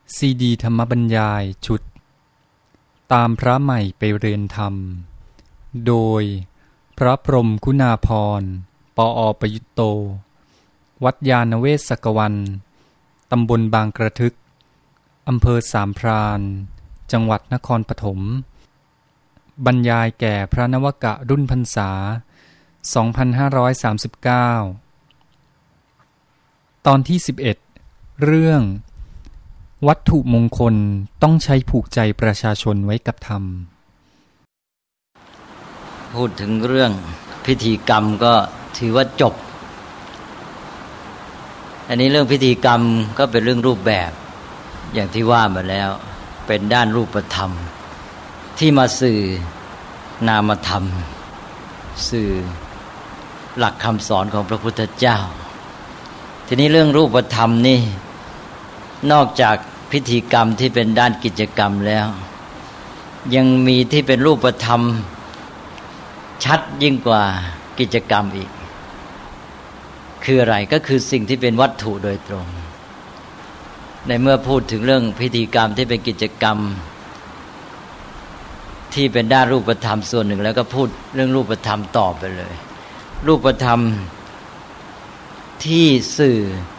ซีดีธรรมบรรยายชุดตามพระใหม่ไปเรียนธรรมโดยพระพรหมคุณาภรณ์ ปอ.ประยุตโต วัดยาณเวศกวันตำบลบางกระทึกอำเภอสามพรานจังหวัดนครปฐมบรรยายแก่พระนวกะรุ่นพรรษา 2539 ตอนที่ 11 เรื่องวัตถุมงคลต้องใช้ผูกใจประชาชนไว้กับธรรมพูดถึงเรื่องพิธีกรรมก็ถือว่าจบอันนี้เรื่องพิธีกรรมก็เป็นเรื่องรูปแบบอย่างที่ว่ามาแล้วเป็นด้านรูปธรรมที่มาสื่อนามธรรมสื่อหลักคำสอนของพระพุทธเจ้าทีนี้เรื่องรูปธรรมนี่นอกจากพิธีกรรมที่เป็นด้านกิจกรรมแล้วยังมีที่เป็นรูปธรรมชัดยิ่งกว่ากิจกรรมอีกคืออะไรก็คือสิ่งที่เป็นวัตถุโดยตรงในเมื่อพูดถึงเรื่องพิธีกรรมที่เป็นกิจกรรมที่เป็นด้านรูปธรรมส่วนหนึ่งแล้วก็พูดเรื่องรูปธรรมต่อไปเลยรูปธรรมที่สื่อ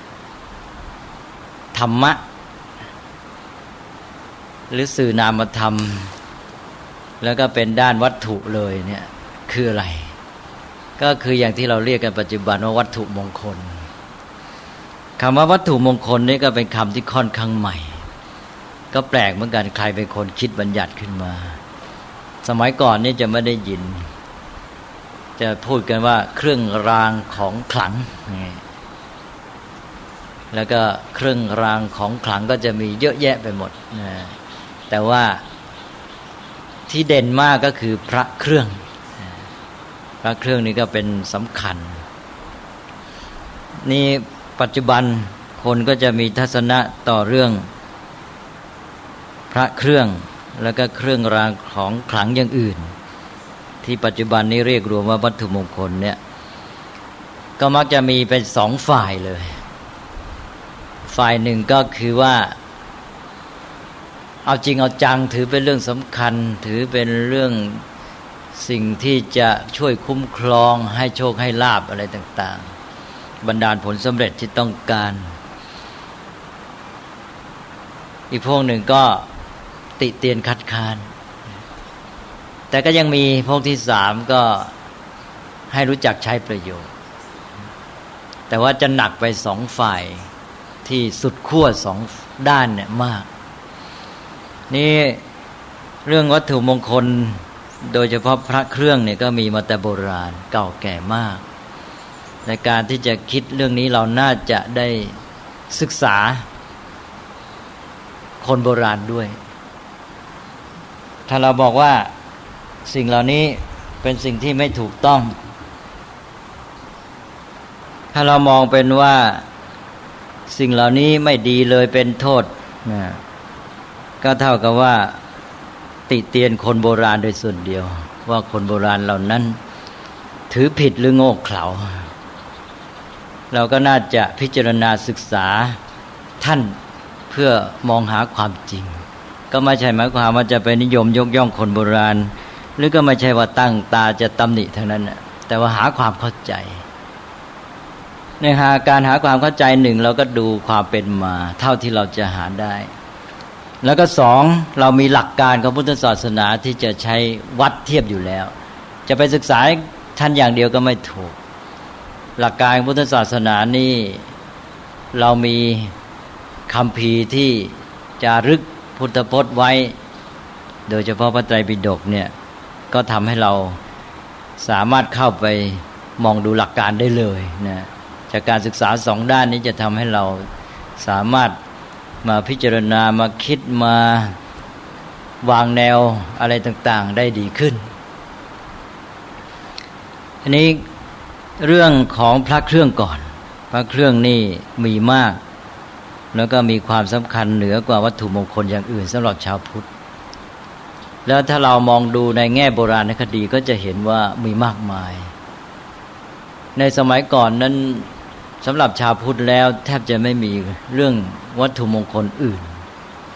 ธรรมะหรือสื่อนามธรรมแล้วก็เป็นด้านวัตถุเลยเนี่ยคืออะไรก็คืออย่างที่เราเรียกกันปัจจุบันว่าวัตถุมงคลคำว่าวัตถุมงคลนี่ก็เป็นคำที่ค่อนข้างใหม่ก็แปลกเหมือนกันใครเป็นคนคิดบัญญัติขึ้นมาสมัยก่อนนี่จะไม่ได้ยินจะพูดกันว่าเครื่องรางของขลังแล้วก็เครื่องรางของขลังก็จะมีเยอะแยะไปหมดนะแต่ว่าที่เด่นมากก็คือพระเครื่องพระเครื่องนี่ก็เป็นสำคัญนี่ปัจจุบันคนก็จะมีทัศนะต่อเรื่องพระเครื่องแล้วก็เครื่องรางของขลังอย่างอื่นที่ปัจจุบันนี้เรียกรวมว่าวัตถุมงคลเนี่ยก็มักจะมีเป็นสองฝ่ายเลยฝ่ายหนึ่งก็คือว่าเอาจริงเอาจังถือเป็นเรื่องสำคัญถือเป็นเรื่องสิ่งที่จะช่วยคุ้มครองให้โชคให้ลาภอะไรต่างๆบันดาลผลสำเร็จที่ต้องการอีกพวกหนึ่งก็ติเตียนคัดค้านแต่ก็ยังมีพวกที่สามก็ให้รู้จักใช้ประโยชน์แต่ว่าจะหนักไปสองฝ่ายที่สุดขั้วสองด้านเนี่ยมากนี่เรื่องวัตถุมงคลโดยเฉพาะพระเครื่องเนี่ยก็มีมาแต่โบราณเก่าแก่มากในการที่จะคิดเรื่องนี้เราน่าจะได้ศึกษาคนโบราณด้วยถ้าเราบอกว่าสิ่งเหล่านี้เป็นสิ่งที่ไม่ถูกต้องถ้าเรามองเป็นว่าสิ่งเหล่านี้ไม่ดีเลยเป็นโทษก็เท่ากับว่าติเตียนคนโบราณโดยส่วนเดียวว่าคนโบราณเหล่านั้นถือผิดหรือโง่เขลาเราก็น่าจะพิจารณาศึกษาท่านเพื่อมองหาความจริงก็ไม่ใช่หมายความว่าจะไปนิยมยกย่องคนโบราณหรือก็ไม่ใช่ว่าตั้งตาจะตำหนิทั้งนั้นแต่ว่าหาความเข้าใจในการหาความเข้าใจหนึ่งเราก็ดูความเป็นมาเท่าที่เราจะหาได้แล้วก็สองเรามีหลักการของพุทธศาสนาที่จะใช้วัดเทียบอยู่แล้วจะไปศึกษาท่านอย่างเดียวก็ไม่ถูกหลักการพุทธศาสนานี่เรามีคัมภีร์ที่จารึกพุทธพจน์ไว้โดยเฉพาะพระไตรปิฎกเนี่ยก็ทำให้เราสามารถเข้าไปมองดูหลักการได้เลยนะจากการศึกษาสองด้านนี้จะทำให้เราสามารถมาพิจารณามาคิดมาวางแนวอะไรต่างๆได้ดีขึ้นอันนี้เรื่องของพระเครื่องก่อนพระเครื่องนี่มีมากแล้วก็มีความสำคัญเหนือกว่าวัตถุมงคลอย่างอื่นสำหรับชาวพุทธแล้วถ้าเรามองดูในแง่โบราณคดีก็จะเห็นว่ามีมากมายในสมัยก่อนนั้นสำหรับชาวพุทธแล้วแทบจะไม่มีเรื่องวัตถุมงคลอื่น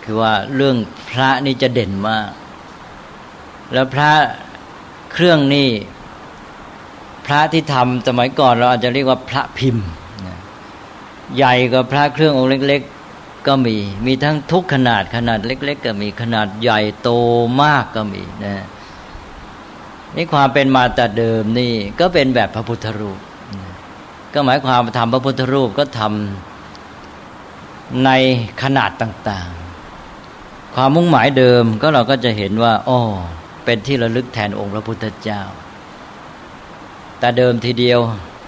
คือว่าเรื่องพระนี่จะเด่นมากแล้วพระเครื่องนี่พระที่ทำสมัยก่อนเราอาจจะเรียกว่าพระพิมพ์ใหญ่กว่าพระเครื่ององค์เล็กๆก็มีทั้งทุกขนาดเล็กๆก็มีขนาดใหญ่โตมากก็มีนะนี่ความเป็นมาแต่เดิมนี่ก็เป็นแบบพระพุทธรูปก็หมายความทำพระพุทธรูปก็ทำในขนาดต่างๆความมุ่งหมายเดิมก็เราก็จะเห็นว่าอ้อเป็นที่ระลึกแทนองค์พระพุทธเจ้าแต่เดิมทีเดียว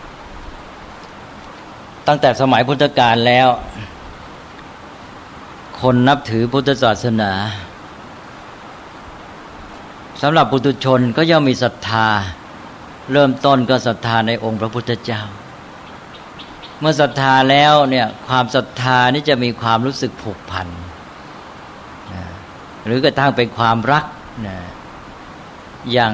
ตั้งแต่สมัยพุทธกาลแล้วคนนับถือพุทธศาสนาสำหรับปุถุชนก็ย่อมมีศรัทธาเริ่มต้นก็ศรัทธาในองค์พระพุทธเจ้าเมื่อศรัทธาแล้วเนี่ยความศรัทธานี่จะมีความรู้สึกผูกพันหรือกระทั่งเป็นความรักอย่าง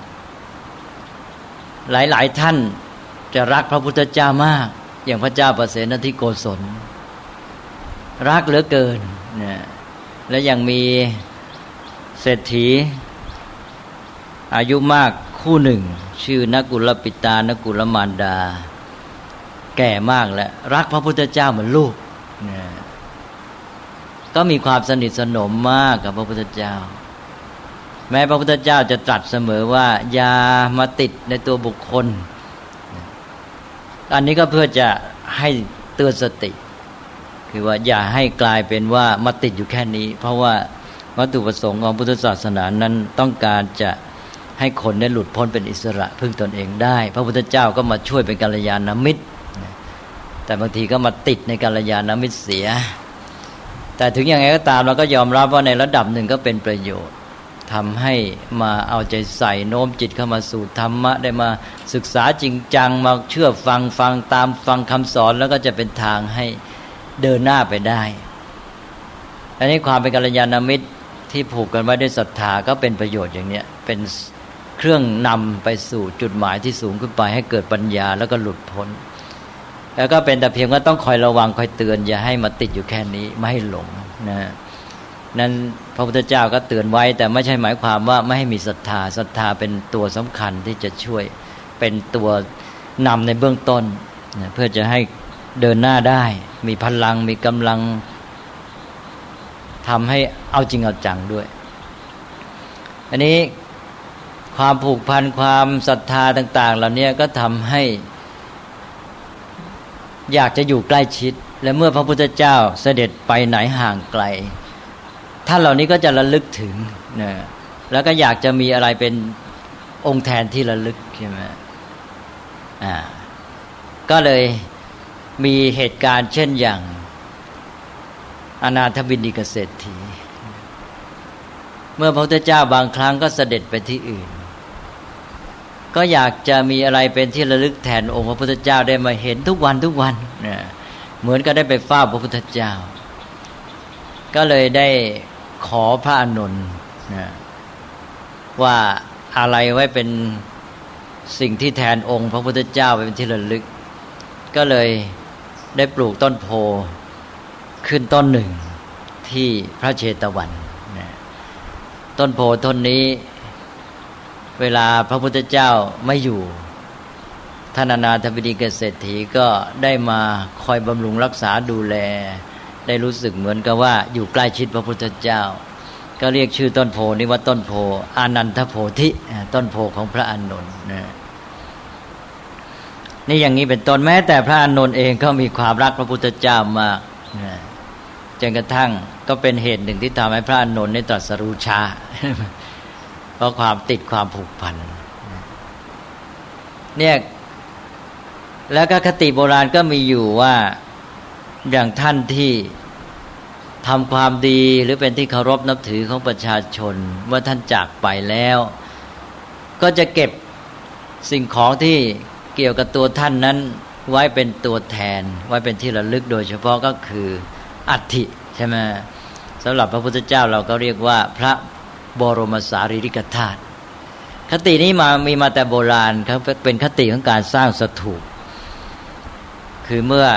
หลายๆท่านจะรักพระพุทธเจ้ามากอย่างพระเจ้าประเสนทิโกศลรักเหลือเกินและยังมีเศรษฐีอายุมากคู่หนึ่งชื่อนกุลปิตานกุลมารดาแก่มากแล้วรักพระพุทธเจ้าเหมือนลูกก็มีความสนิทสนมมากกับพระพุทธเจ้าแม้พระพุทธเจ้าจะตรัสเสมอว่าอย่ามาติดในตัวบุคคลอันนี้ก็เพื่อจะให้เตือนสติคือว่าอย่าให้กลายเป็นว่ามาติดอยู่แค่นี้เพราะว่าวัตถุประสงค์ของพุทธศาสนานั้นต้องการจะให้คนได้หลุดพ้นเป็นอิสระพึ่งตนเองได้พระพุทธเจ้าก็มาช่วยเป็นกัลยาณมิตรแต่บางทีก็มาติดในกัลยาณมิตรเสียแต่ถึงอย่างไรก็ตามเราก็ยอมรับว่าในระดับหนึ่งก็เป็นประโยชน์ทำให้มาเอาใจใส่โน้มจิตเข้ามาสู่ธรรมะได้มาศึกษาจริงจังมาเชื่อฟังตามฟังคำสอนแล้วก็จะเป็นทางให้เดินหน้าไปได้อันนี้ความเป็นกัลยาณมิตรที่ผูกกันไว้ด้วยศรัทธาก็เป็นประโยชน์อย่างเนี้ยเป็นเครื่องนำไปสู่จุดหมายที่สูงขึ้นไปให้เกิดปัญญาแล้วก็หลุดพ้นแล้วก็เป็นแต่เพียงว่าต้องคอยระวังคอยเตือนอย่าให้มาติดอยู่แค่นี้ไม่ให้หลงนะนั้นพระพุทธเจ้าก็เตือนไว้แต่ไม่ใช่หมายความว่าไม่ให้มีศรัทธาเป็นตัวสำคัญที่จะช่วยเป็นตัวนำในเบื้องต้นนะเพื่อจะให้เดินหน้าได้มีพลังมีกำลังทำให้เอาจริงเอาจังด้วยอันนี้ความผูกพันความศรัทธาต่างๆเหล่านี้ก็ทำให้อยากจะอยู่ใกล้ชิดและเมื่อพระพุทธเจ้าเสด็จไปไหนห่างไกลท่านเหล่านี้ก็จะระลึกถึงนะแล้วก็อยากจะมีอะไรเป็นองค์แทนที่ระลึกใช่ไหมก็เลยมีเหตุการณ์เช่นอย่างอนาถบิณฑิกเศรษฐีเมื่อพระพุทธเจ้าบางครั้งก็เสด็จไปที่อื่นก็อยากจะมีอะไรเป็นที่ระลึกแทนองค์พระพุทธเจ้าได้มาเห็นทุกวันนะเหมือนก็ได้ไปเฝ้าพระพุทธเจ้าก็เลยได้ขอพระอานนท์นะว่าอะไรไว้เป็นสิ่งที่แทนองค์พระพุทธเจ้าเป็นที่ระลึกก็เลยได้ปลูกต้นโพขึ้นต้นหนึ่งที่พระเชตวันนะต้นโพต้นนี้เวลาพระพุทธเจ้าไม่อยู่ท่านอนาถบิณฑิกเศรษฐีก็ได้มาคอยบำรุงรักษาดูแลได้รู้สึกเหมือนกับว่าอยู่ใกล้ชิดพระพุทธเจ้าก็เรียกชื่อต้นโพนี้ว่าต้นโพอานันทโพธิต้นโพของพระอานนท์นะนี่อย่างนี้เป็นต้นแม้แต่พระอานนท์เองก็มีความรักพระพุทธเจ้ามากจนกระทั่งก็เป็นเหตุหนึ่งที่ทำให้พระอานนท์ได้ตรัสรู้ช้าเพราะความติดความผูกพันเนี่ยแล้วก็คติโบราณก็มีอยู่ว่าอย่างท่านที่ทำความดีหรือเป็นที่เคารพนับถือของประชาชนเมื่อท่านจากไปแล้วก็จะเก็บสิ่งของที่เกี่ยวกับตัวท่านนั้นไว้เป็นตัวแทนไว้เป็นที่ระลึกโดยเฉพาะก็คืออัฐิใช่ไหมสำหรับพระพุทธเจ้าเราก็เรียกว่าพระบรมสารีริกธาตุคตินี้มีมาแต่โบราณครับเป็นคติของการสร้างสถูปคือเมื่อ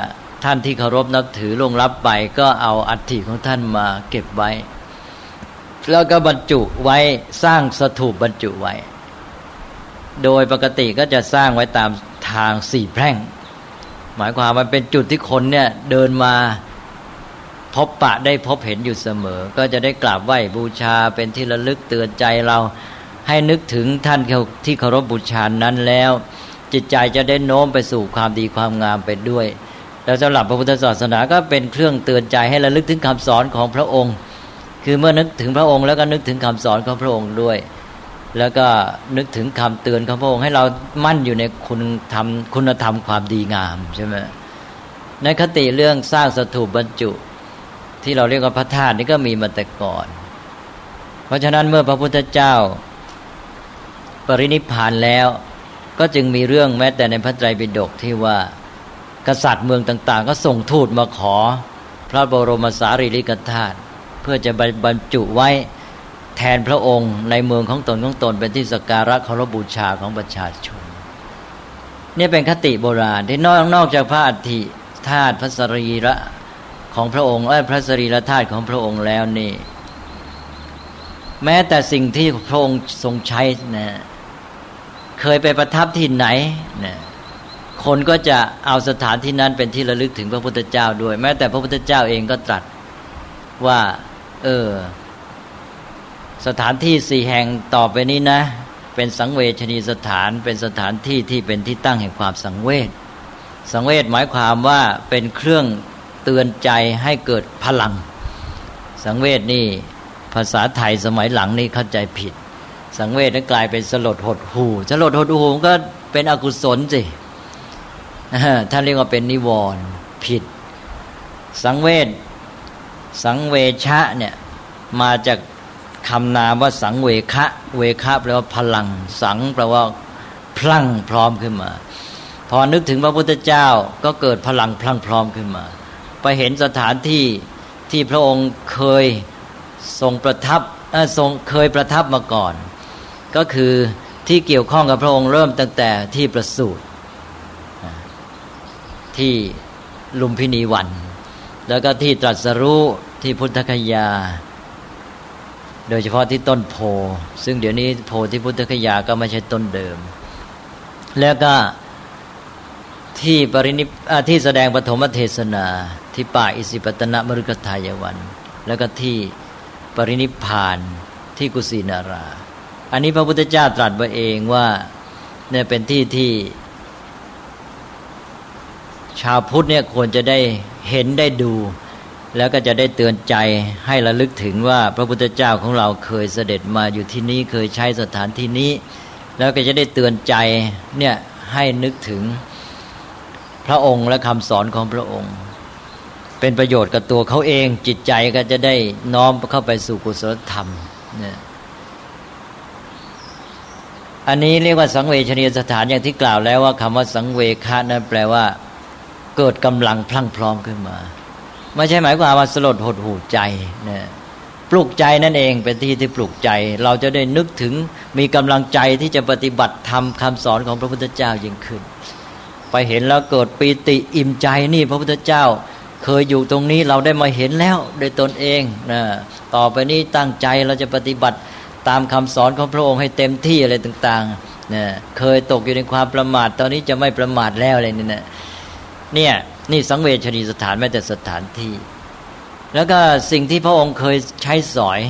ท่านที่เคารพนับถือล่วงลับไปก็เอาอัฐิของท่านมาเก็บไว้แล้วก็บรรจุไว้สร้างสถูปบรรจุไว้โดยปกติก็จะสร้างไว้ตามทางสี่แพร่งหมายความว่าเป็นจุดที่คนเนี่ยเดินมาพบปะได้พบเห็นอยู่เสมอก็จะได้กราบไหว้บูชาเป็นที่ระลึกเตือนใจเราให้นึกถึงท่านที่เคารพบูชานั้นแล้วจิตใจจะได้โน้มไปสู่ความดีความงามไปด้วยแล้วสำหรับพระพุทธศาสนาก็เป็นเครื่องเตือนใจให้ระลึกถึงคำสอนของพระองค์คือเมื่อนึกถึงพระองค์แล้วก็นึกถึงคำสอนของพระองค์ด้วยแล้วก็นึกถึงคำเตือนของพระองค์ให้เรามั่นอยู่ในคุณธรรมความดีงามใช่ไหมในคติเรื่องสร้างสถูปบรรจุที่เราเรียกว่าพระธาตุนี่ก็มีมาแต่ก่อนเพราะฉะนั้นเมื่อพระพุทธเจ้าปรินิพพานแล้วก็จึงมีเรื่องแม้แต่ในพระไตรปิฎกที่ว่ากษัตริย์เมืองต่างๆก็ส่งทูตมาขอพระบรมสารีริกธาตุเพื่อจะบรรจุไว้แทนพระองค์ในเมืองของตนเป็นที่สักการะเคารพบูชาของประชาชนนี่เป็นคติโบราณที่นอกจากพระอัฐิธาตุพระสรีระของพระองค์พระสรีระธาตุของพระองค์แล้วนี่แม้แต่สิ่งที่พระองค์ทรงใช้นะเคยไปประทับที่ไหนนะคนก็จะเอาสถานที่นั้นเป็นที่ระลึกถึงพระพุทธเจ้าด้วยแม้แต่พระพุทธเจ้าเองก็ตรัสว่าสถานที่4แห่งต่อไปนี้นะเป็นสังเวชนีสถานเป็นสถานที่ที่เป็นที่ตั้งแห่งความสังเวชหมายความว่าเป็นเครื่องเตือนใจให้เกิดพลังสังเวชนี่ภาษาไทยสมัยหลังนี่เข้าใจผิดสังเวชนั้นกลายเป็นสลดหดหู่สลดหดหู่ก็เป็นอกุศลสิท่านเรียกว่าเป็นนิวรณ์ผิดสังเวชะเนี่ยมาจากคำนามว่าสังเวคะเวคะแปลว่าพลังสังแปลว่าพลั่งพร้อมขึ้นมาพอนึกถึงพระพุทธเจ้าก็เกิดพลังพลั่งพร้อมขึ้นมาไปเห็นสถานที่ที่พระองค์เคยทรงประทับเคยประทับมาก่อนก็คือที่เกี่ยวข้องกับพระองค์เริ่มตั้งแต่ที่ประสูติที่ลุมพินีวันแล้วก็ที่ตรัสรู้ที่พุทธคยาโดยเฉพาะที่ต้นโพซึ่งเดี๋ยวนี้โพที่พุทธคยาก็ไม่ใช่ต้นเดิมแล้วก็ที่ที่แสดงปฐมเทศนาที่ป่าอิสิปตนมฤคทายวันแล้วก็ที่ปรินิพพานที่กุสินาราอันนี้พระพุทธเจ้าตรัสไว้เองว่าเนี่ยเป็นที่ที่ชาวพุทธเนี่ยควรจะได้เห็นได้ดูแล้วก็จะได้เตือนใจให้ระลึกถึงว่าพระพุทธเจ้าของเราเคยเสด็จมาอยู่ที่นี้เคยใช้สถานที่นี้แล้วก็จะได้เตือนใจเนี่ยให้นึกถึงพระองค์และคำสอนของพระองค์เป็นประโยชน์กับตัวเขาเองจิตใจก็จะได้น้อมเข้าไปสู่กุศลธรรมเนี่ยอันนี้เรียกว่าสังเวชนียสถานอย่างที่กล่าวแล้วว่าคำว่าสังเวคะนั้นแปลว่าเกิดกำลังพลั่งพร้อมขึ้นมาไม่ใช่หมายความว่าสลดหดหู่ใจนะปลุกใจนั่นเองเป็นที่ที่ปลุกใจเราจะได้นึกถึงมีกำลังใจที่จะปฏิบัติธรรมคำสอนของพระพุทธเจ้ายิ่งขึ้นไปเห็นแล้วเกิดปีติอิ่มใจนี่พระพุทธเจ้าเคยอยู่ตรงนี้เราได้มาเห็นแล้วโดยตนเองนะต่อไปนี้ตั้งใจเราจะปฏิบัติตามคำสอนของพระองค์ให้เต็มที่อะไรต่างๆนะเคยตกอยู่ในความประมาทตอนนี้จะไม่ประมาทแล้วอะไรนี่นะเนี่ยนี่สังเวชนีสถานแม้แต่สถานที่แล้วก็สิ่งที่พระองค์เคยใช้สอย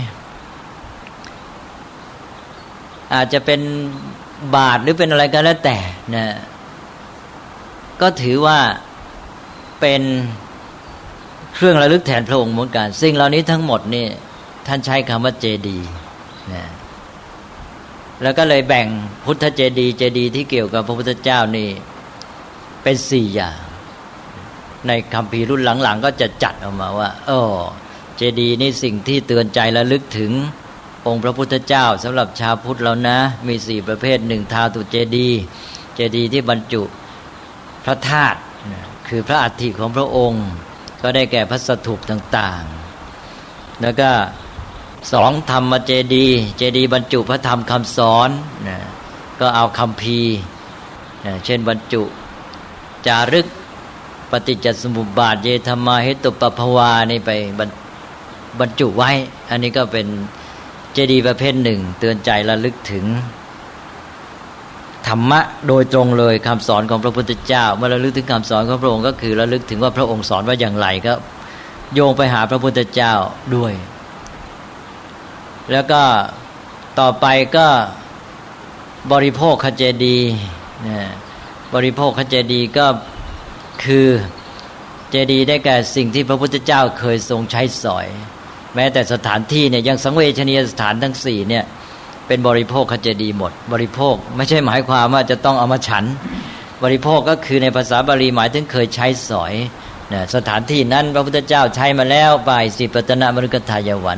อาจจะเป็นบาตรหรือเป็นอะไรก็แล้วแต่นะก็ถือว่าเป็นเครื่องระลึกแทนพระองค์เหมือนกันสิ่งเหล่านี้ทั้งหมดนี่ท่านใช้คำว่าเจดีย์นะแล้วก็เลยแบ่งพุทธเจดีย์ที่เกี่ยวกับพระพุทธเจ้านี่เป็น4อย่างในคัมภีร์รุ่นหลังๆก็จะจัดออกมาว่าเจดีย์นี่สิ่งที่เตือนใจระลึกถึงองค์พระพุทธเจ้าสำหรับชาวพุทธแล้วนะมี4ประเภท1ทาตุเจดีย์ที่บรรจุพระธาตุคือพระอัฐิของพระองค์ก็ได้แก่พระสถูปต่างๆแล้วก็2ธรรมเจดีย์บรรจุพระธรรมคำสอนก็เอาคัมภีร์เช่นบรรจุจารึกปฏิจจสมุปบาทเยธรรมาเหตุปปภวานี่ไปบรรจุไว้อันนี้ก็เป็นเจดีย์ประเภทหนึ่งเตือนใจระลึกถึงธรรมะโดยตรงเลยคำสอนของพระพุทธเจ้าเมื่อระลึกถึงคำสอนของพระองค์ก็คือระลึกถึงว่าพระองค์สอนว่าอย่างไรก็โยงไปหาพระพุทธเจ้าด้วยแล้วก็ต่อไปก็บริโภคขเจดีย์บริโภคขเจดีย์ก็คือเจดีย์ได้แก่สิ่งที่พระพุทธเจ้าเคยทรงใช้สอยแม้แต่สถานที่เนี่ยยังสังเวชนียสถานทั้ง4เนี่ยเป็นบริโภคขเจดีย์หมดบริโภคไม่ใช่หมายความว่าจะต้องเอามาฉันบริโภคก็คือในภาษาบาลีหมายถึงเคยใช้สอยสถานที่นั้นพระพุทธเจ้าใช้มาแล้วบ่ายสิปัตตนมฤคทายวัน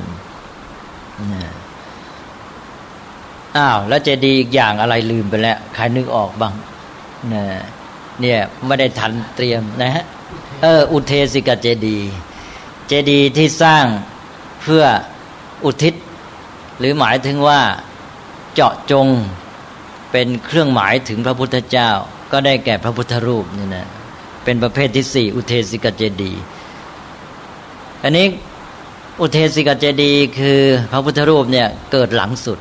แล้วเจดีย์อีกอย่างอะไรลืมไปแล้วใครนึกออกบ้างเนี่ยไม่ได้ทันเตรียมนะฮะอุเทสิกเจดีย์เจดีย์ที่สร้างเพื่ออุทิศหรือหมายถึงว่าเจาะจงเป็นเครื่องหมายถึงพระพุทธเจ้าก็ได้แก่พระพุทธรูปนี่นะเป็นประเภทที่4อุเทสิกเจดีย์อันนี้อุเทสิกเจดีย์คือพระพุทธรูปเนี่ยเกิดหลังสุด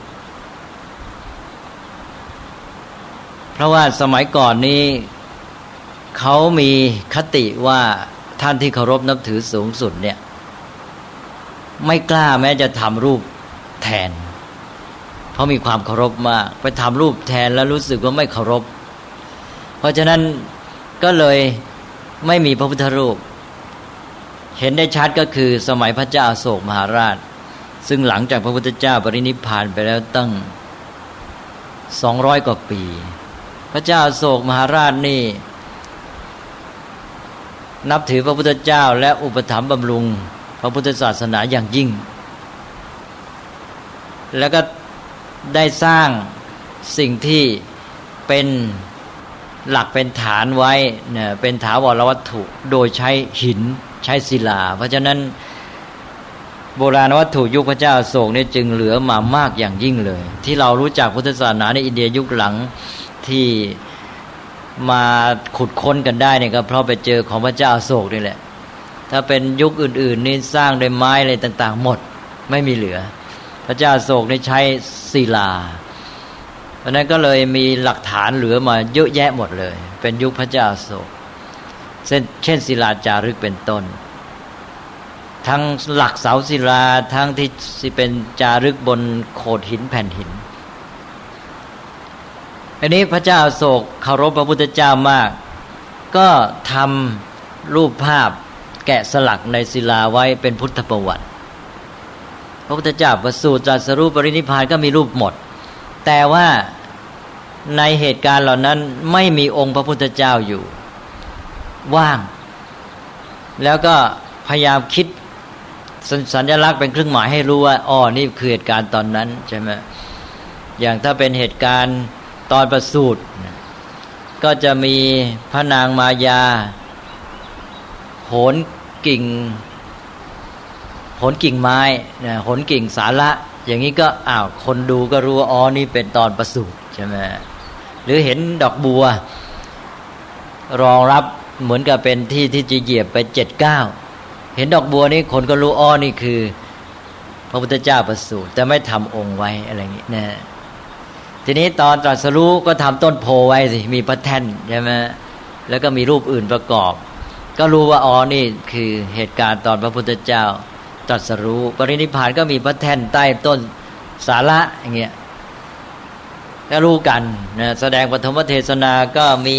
เพราะว่าสมัยก่อนนี้เขามีคติว่าท่านที่เคารพนับถือสูงสุดเนี่ยไม่กล้าแม้จะทำรูปแทนเพราะมีความเคารพมากไปทำรูปแทนแล้วรู้สึกว่าไม่เคารพเพราะฉะนั้นก็เลยไม่มีพระพุทธรูปเห็นได้ชัดก็คือสมัยพระเจ้าอโศกมหาราชซึ่งหลังจากพระพุทธเจ้าปรินิพพานไปแล้วตั้ง200 กว่าปีพระเจ้าอโศกมหาราชนี่นับถือพระพุทธเจ้าและอุปถัมภ์บำรุงพระพุทธศาสนาอย่างยิ่งแล้วก็ได้สร้างสิ่งที่เป็นหลักเป็นฐานไว้เนี่ยเป็นถาวรวัตถุโดยใช้หินใช้ศิลาเพราะฉะนั้นโบราณวัตถุยุคพระเจ้าอโศกนี่จึงเหลือมามากอย่างยิ่งเลยที่เรารู้จักพุทธศาสนาในอินเดียยุคหลังที่มาขุดค้นกันได้เนี่ยก็เพราะไปเจอของพระเจ้าอโศกนี่แหละถ้าเป็นยุคอื่นๆนี่สร้างด้วยไม้อะไรต่างๆหมดไม่มีเหลือพระเจ้าอโศกนี่ใช้ศิลาเพราะนั้นก็เลยมีหลักฐานเหลือมาเยอะแยะหมดเลยเป็นยุคพระเจ้าอโศกเช่นศิลาจารึกเป็นต้นทั้งหลักเสาศิลาทั้งที่เป็นจารึกบนโขดหินแผ่นหินอันนี้พระเจ้าอโศกเคารพพระพุทธเจ้ามากก็ทำรูปภาพแกะสลักในศิลาไว้เป็นพุทธประวัติพระพุทธเจ้าประสูติตรัสรู้ปรินิพพานก็มีรูปหมดแต่ว่าในเหตุการณ์เหล่านั้นไม่มีองค์พระพุทธเจ้าอยู่ว่างแล้วก็พยายามคิดสัญลักษณ์เป็นเครื่องหมายให้รู้ว่านี่คือเหตุการณ์ตอนนั้นใช่ไหมอย่างถ้าเป็นเหตุการณ์ตอนประสูติก็จะมีพระนางมายาโหนกิ่งไม้โหนกิ่งสาระอย่างนี้ก็คนดูก็รู้ว่านี่เป็นตอนประสูติใช่ไหมหรือเห็นดอกบัวรองรับเหมือนกับเป็นที่จะเหยียบไป7-9เห็นดอกบัวนี่คนก็รู้นี่คือพระพุทธเจ้าประสูติแต่ไม่ทำองค์ไว้อะไรอย่างนี้นะทีนี้ตอนตรัสรู้ก็ทำต้นโพไว้สิมีพระแท่นใช่ไหมแล้วก็มีรูปอื่นประกอบก็รู้ว่านี่คือเหตุการณ์ตอนพระพุทธเจ้าตรัสรู้ปรินิพพานก็มีพระแท่นใต้ต้นสาระอย่างเงี้ยก็รู้กันนะแสดงปฐมเทศนาก็มี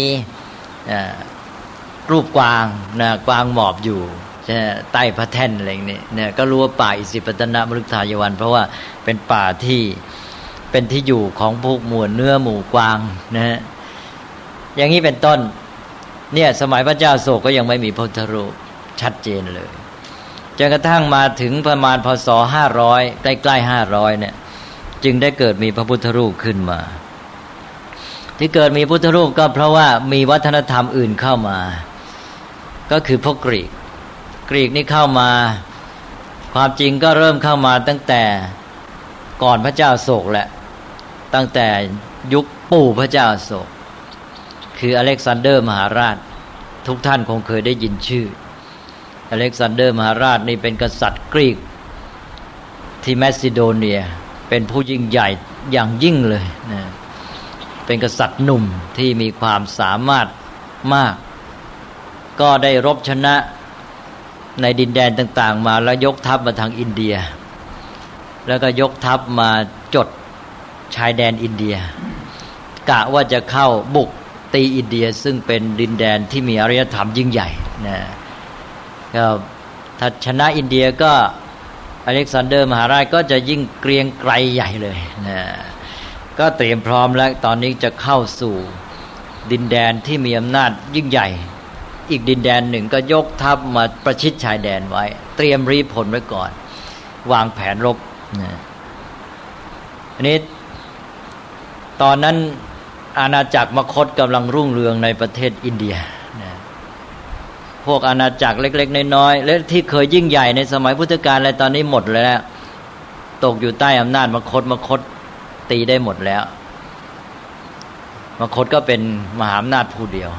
รูปกวางนะกวางหมอบอยู่ใต้พระแท่นอะไรอย่างนี้เนี่ยก็รู้ว่าป่าอิสิปตนมฤคทายวันเพราะว่าเป็นป่าที่เป็นที่อยู่ของพวกหมู่เนื้อหมู่กวางนะฮะอย่างนี้เป็นต้นเนี่ยสมัยพระเจ้าอโศกก็ยังไม่มีพระพุทธรูปชัดเจนเลยจนกระทั่งมาถึงประมาณพ.ศ. 500ใกล้ๆ500เนี่ยจึงได้เกิดมีพระพุทธรูปขึ้นมาที่เกิดมีพุทธรูปก็เพราะว่ามีวัฒนธรรมอื่นเข้ามาก็คือพวกกรีกนี่เข้ามาความจริงก็เริ่มเข้ามาตั้งแต่ก่อนพระเจ้าอโศกแหละตั้งแต่ยุคปู่พระเจ้าอโศกคืออเล็กซานเดอร์มหาราชทุกท่านคงเคยได้ยินชื่ออเล็กซานเดอร์มหาราชนี่เป็นกษัตริย์กรีกที่แมซิโดเนียเป็นผู้ยิ่งใหญ่อย่างยิ่งเลยนะเป็นกษัตริย์หนุ่มที่มีความสามารถมากก็ได้รบชนะในดินแดนต่างๆมาแล้วยกทัพมาทางอินเดียแล้วก็ยกทัพมาจดชายแดนอินเดียกะว่าจะเข้าบุกตีอินเดียซึ่งเป็นดินแดนที่มีอารยธรรมยิ่งใหญ่นะก็ถ้าชนะอินเดียก็อเล็กซานเดอร์มหาราชก็จะยิ่งเกรียงไกรใหญ่เลยนะก็เตรียมพร้อมแล้วตอนนี้จะเข้าสู่ดินแดนที่มีอำนาจยิ่งใหญ่อีกดินแดนหนึ่งก็ยกทัพมาประชิดชายแดนไว้เตรียมรีผลไว้ก่อนวางแผนรบนะอันนี้ตอนนั้นอาณาจักรมคธกำลังรุ่งเรืองในประเทศอินเดียนะพวกอาณาจักรเล็กๆน้อยๆและที่เคยยิ่งใหญ่ในสมัยพุทธกาลอะไรตอนนี้หมดแล้วตกอยู่ใต้อำนาจมคธตีได้หมดแล้วมคธก็เป็นมหาอำนาจผู้เดียว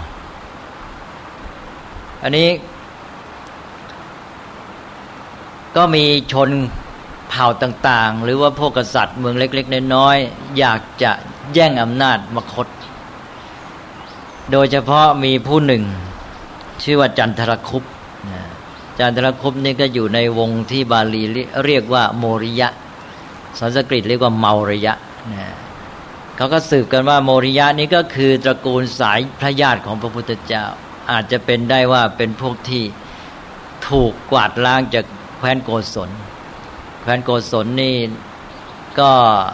อันนี้ก็มีชนเผ่าต่างๆหรือว่าพวกกษัตริย์เมืองเล็กๆน้อยๆอยากจะแย่งอำนาจมคธโดยเฉพาะมีผู้หนึ่งชื่อว่าจันทรคุปต์จันทรคุปต์นี่ก็อยู่ในวงที่บาลีเรียกว่าโมริยะสันสกฤตเรียกว่าเมาริยะเขาก็สืบกันว่าโมริยะนี้ก็คือตระกูลสายพระญาติของพระพุทธเจ้าอาจจะเป็นได้ว่าเป็นพวกที่ถูกกวาดล้างจากแคว้นโกศลแคว้นโกศลนี่ก็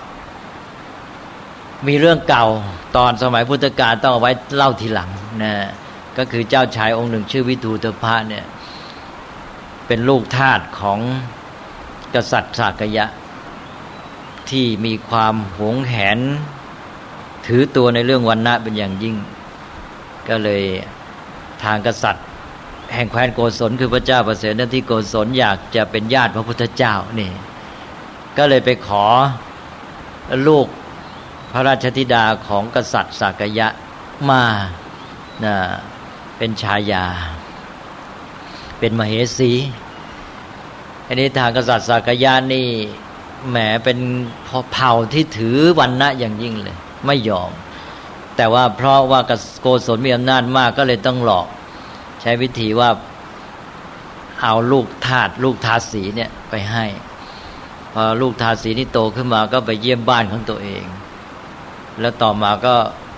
มีเรื่องเก่าตอนสมัยพุทธกาลต้องเอาไว้เล่าทีหลังนะก็คือเจ้าชายองค์หนึ่งชื่อวิทูตภะเนี่ยเป็นลูกทาสของกษัตริย์สากยะที่มีความหวงแหนถือตัวในเรื่องวรรณะเป็นอย่างยิ่งก็เลยทางกษัตริย์แห่งแคว้นโกศลคือพระเจ้าประเสนที่โกศลอยากจะเป็นญาติพระพุทธเจ้านี่ก็เลยไปขอลูกพระราชธิดาของกษัตริย์สากยะมาเป็นชายาเป็นมเหสีอันนี้ทางกษัตริย์สากยะนี่แหมเป็นเผ่าที่ถือวรรณะอย่างยิ่งเลยไม่ยอมแต่ว่าเพราะว่าโกศลมีอำนาจมากก็เลยต้องหลอกใช้วิธีว่าเอาลูกทาสีเนี่ยไปให้พอลูกทาสีนี่โตขึ้นมาก็ไปเยี่ยมบ้านของตัวเองแล้วต่อมาก็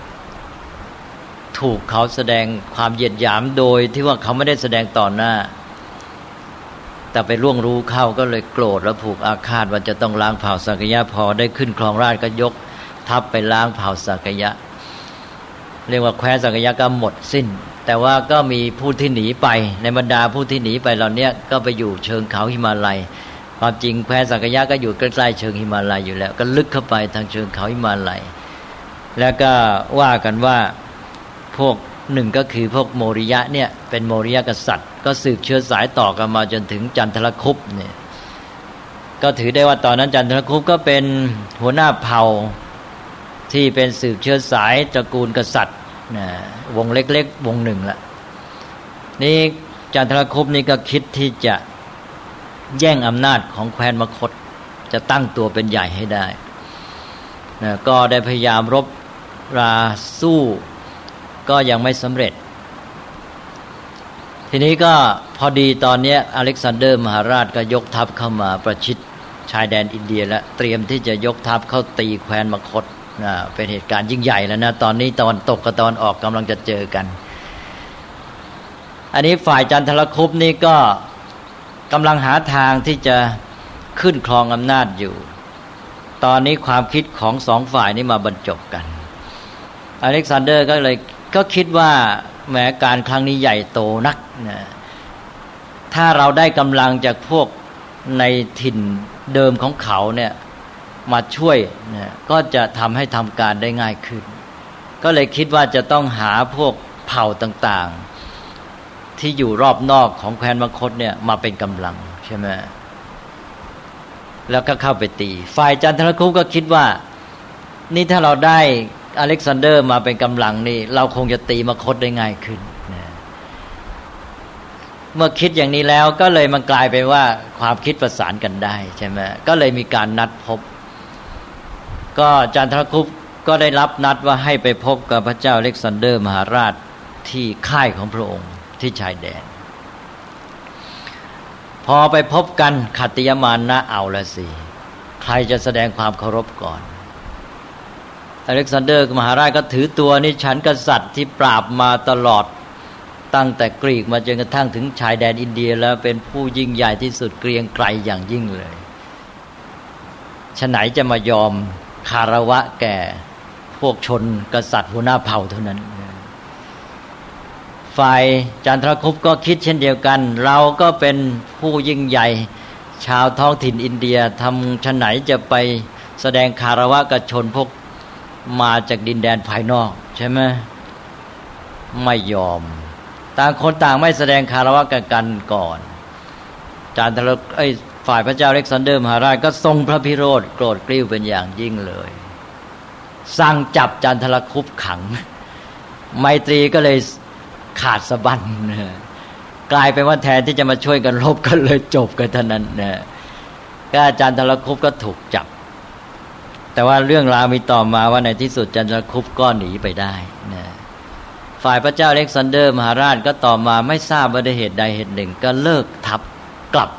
ถูกเขาแสดงความเหยียดหยามโดยที่ว่าเขาไม่ได้แสดงต่อหน้าแต่ไปล่วงรู้เข้าก็เลยโกรธและผูกอาฆาตว่าจะต้องล้างเผ่าสากยะพอได้ขึ้นครองราชย์ก็ยกทัพไปล้างเผ่าสากยะเรียกว่าแคว้นสากยะก็หมดสิ้นแต่ว่าก็มีผู้ที่หนีไปในบรรดาผู้ที่หนีไปเหล่านี้ก็ไปอยู่เชิงเขาหิมาลัยความจริงแคว้นสากยะก็อยู่ใกล้ๆเชิงหิมาลัยอยู่แล้วก็ลึกเข้าไปทางเชิงเขาหิมาลัยแล้วก็ว่ากันว่าพวกหนึ่งก็คือพวกโมริยะเนี่ยเป็นโมริยะกษัตริย์ก็สืบเชื้อสายต่อกันมาจนถึงจันทรคุปต์เนี่ยก็ถือได้ว่าตอนนั้นจันทรคุปต์ก็เป็นหัวหน้าเผ่าที่เป็นสืบเชื้อสายตระกูลกษัตริย์วงเล็กๆวงหนึ่งละนี่จันทรคุปต์นี่ก็คิดที่จะแย่งอำนาจของแคว้นมคธจะตั้งตัวเป็นใหญ่ให้ได้ก็ได้พยายามรบราสู้ก็ยังไม่สำเร็จทีนี้ก็พอดีตอนนี้อเล็กซานเดอร์มหาราชก็ยกทัพเข้ามาประชิดชายแดนอินเดียและเตรียมที่จะยกทัพเข้าตีแคว้นมคธเป็นเหตุการณ์ยิ่งใหญ่แล้วนะตอนนี้ตะวันตกกับตะวันออกกำลังจะเจอกันอันนี้ฝ่ายจันทรคุปต์นี่ก็กำลังหาทางที่จะขึ้นครองอำนาจอยู่ตอนนี้ความคิดของสองฝ่ายนี้มาบรรจบกันอเล็กซานเดอร์ก็คิดว่าแม้การครั้งนี้ใหญ่โตนักนะถ้าเราได้กำลังจากพวกในถิ่นเดิมของเขาเนี่ยมาช่วยนะก็จะทำให้ทำการได้ง่ายขึ้นก็เลยคิดว่าจะต้องหาพวกเผ่าต่างๆที่อยู่รอบนอกของแคว้นมคธเนี่ยมาเป็นกำลังใช่ไหมแล้วก็เข้าไปตีฝ่ายจันทรคุปต์ก็คิดว่านี่ถ้าเราได้อเล็กซานเดอร์มาเป็นกำลังนี่เราคงจะตีมคธได้ง่ายขึ้นนะเมื่อคิดอย่างนี้แล้วก็เลยมันกลายไปว่าความคิดประสานกันได้ใช่ไหมก็เลยมีการนัดพบก็จันทรคุปก็ได้รับนัดว่าให้ไปพบกับพระเจ้าอเล็กซานเดอร์มหาราชที่ค่ายของพระองค์ที่ชายแดนพอไปพบกันขัตติยมานะเอาละสิใครจะแสดงความเคารพก่อนอเล็กซานเดอร์มหาราชก็ถือตัวนี่ฉันกษัตริย์ที่ปราบมาตลอดตั้งแต่กรีกมาจนกระทั่งถึงชายแดนอินเดียแล้วเป็นผู้ยิ่งใหญ่ที่สุดเกรียงไกรอย่างยิ่งเลยฉะไหนจะมายอมคารวะแก่พวกชนกษัตริย์หัวหน้าเผ่าเท่านั้นฝ่ายจันทรคุปก็คิดเช่นเดียวกันเราก็เป็นผู้ยิ่งใหญ่ชาวท้องถิ่นอินเดียทำฉะไหนจะไปแสดงคารวะกับชนพวกมาจากดินแดนภายนอกใช่ไหมไม่ยอมต่างคนต่างไม่แสดงคารวะกันก่อนจันทรฝ่ายพระเจ้าอเล็กซานเดอร์มหาราชก็ทรงพระพิโรธโกรธกริ้วเป็นอย่างยิ่งเลยสั่งจับจันทรคุปขังไมตรีก็เลยขาดสะบั้นกลายเป็นว่าแทนที่จะมาช่วยกันรบกันเลยจบกันเท่านั้นนะก็จันทรคุปก็ถูกจับแต่ว่าเรื่องราวมีต่อมาว่าในที่สุดจันทรคุปก็หนีไปได้นะฝ่ายพระเจ้าอเล็กซานเดอร์มหาราชก็ต่อมาไม่ทราบว่าด้วยเหตุใดเหตุหนึ่งก็เลิกทัพกลับ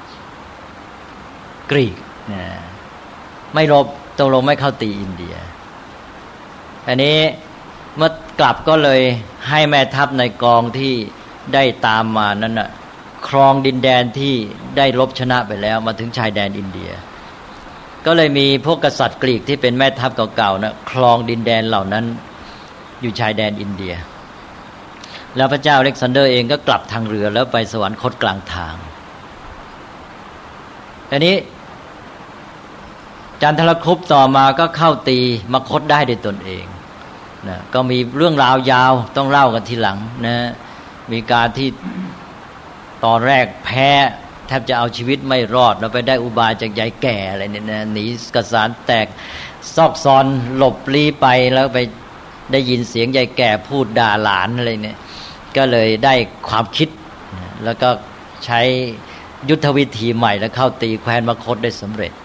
กรีกนะไม่รบตกลงไม่เข้าตีอินเดียอันนี้เมื่อกลับก็เลยให้แม่ทัพในกองที่ได้ตามมานั้นน่ะครองดินแดนที่ได้รบชนะไปแล้วมาถึงชายแดนอินเดียก็เลยมีพวกกษัตริย์กรีกที่เป็นแม่ทัพเก่าๆนะครองดินแดนเหล่านั้นอยู่ชายแดนอินเดียแล้วพระเจ้าอเล็กซานเดอร์เองก็กลับทางเรือแล้วไปสวรรคตกลางทางอันนี้จันทรคุปต่อมาก็เข้าตีมคธได้ด้วยตนเองนะก็มีเรื่องราวยาวต้องเล่ากันทีหลังนะมีการที่ตอนแรกแพ้แทบจะเอาชีวิตไม่รอดแล้วไปได้อุบายจากยายแก่อะไรเนี่ยนะหนีกสารแตกซอกซอนหลบลี้ไปแล้วไปได้ยินเสียงยายแก่พูดด่าหลานอะไรเนี่ยก็เลยได้ความคิดแล้วก็ใช้ยุทธวิธีใหม่แล้วเข้าตีแคว้นมคธได้สำเร็จ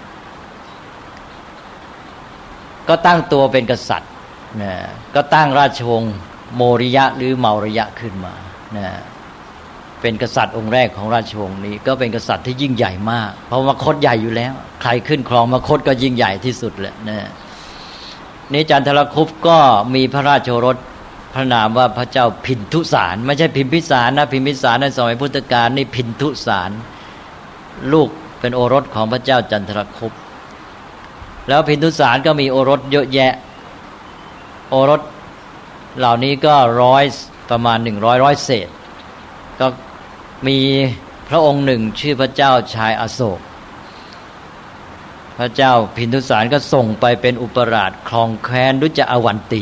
ก็ตั้งตัวเป็นกษัตริย์นะก็ตั้งราชวงศ์โมริยะหรือเมาริยะขึ้นมานะเป็นกษัตริย์องค์แรกของราชวงศ์นี้ก็เป็นกษัตริย์ที่ยิ่งใหญ่มากเพราะมคธใหญ่อยู่แล้วใครขึ้นครองมคธก็ยิ่งใหญ่ที่สุดแหละนะนี่จันทรคุปก็มีพระราชโอรสพระนามว่าพระเจ้าพินทุสารไม่ใช่พิมพิสารนะพิมพิสารในสมัยพุทธกาลนี่พินทุสารลูกเป็นโอรสของพระเจ้าจันทรคุปแล้วพินทุสารก็มีโอรสเยอะแยะโอรสเหล่านี้ก็ประมาณ100เศษก็มีพระองค์หนึ่งชื่อพระเจ้าชายอโศกพระเจ้าพินทุสารก็ส่งไปเป็นอุปราชครองแคว้นดุจอวันตี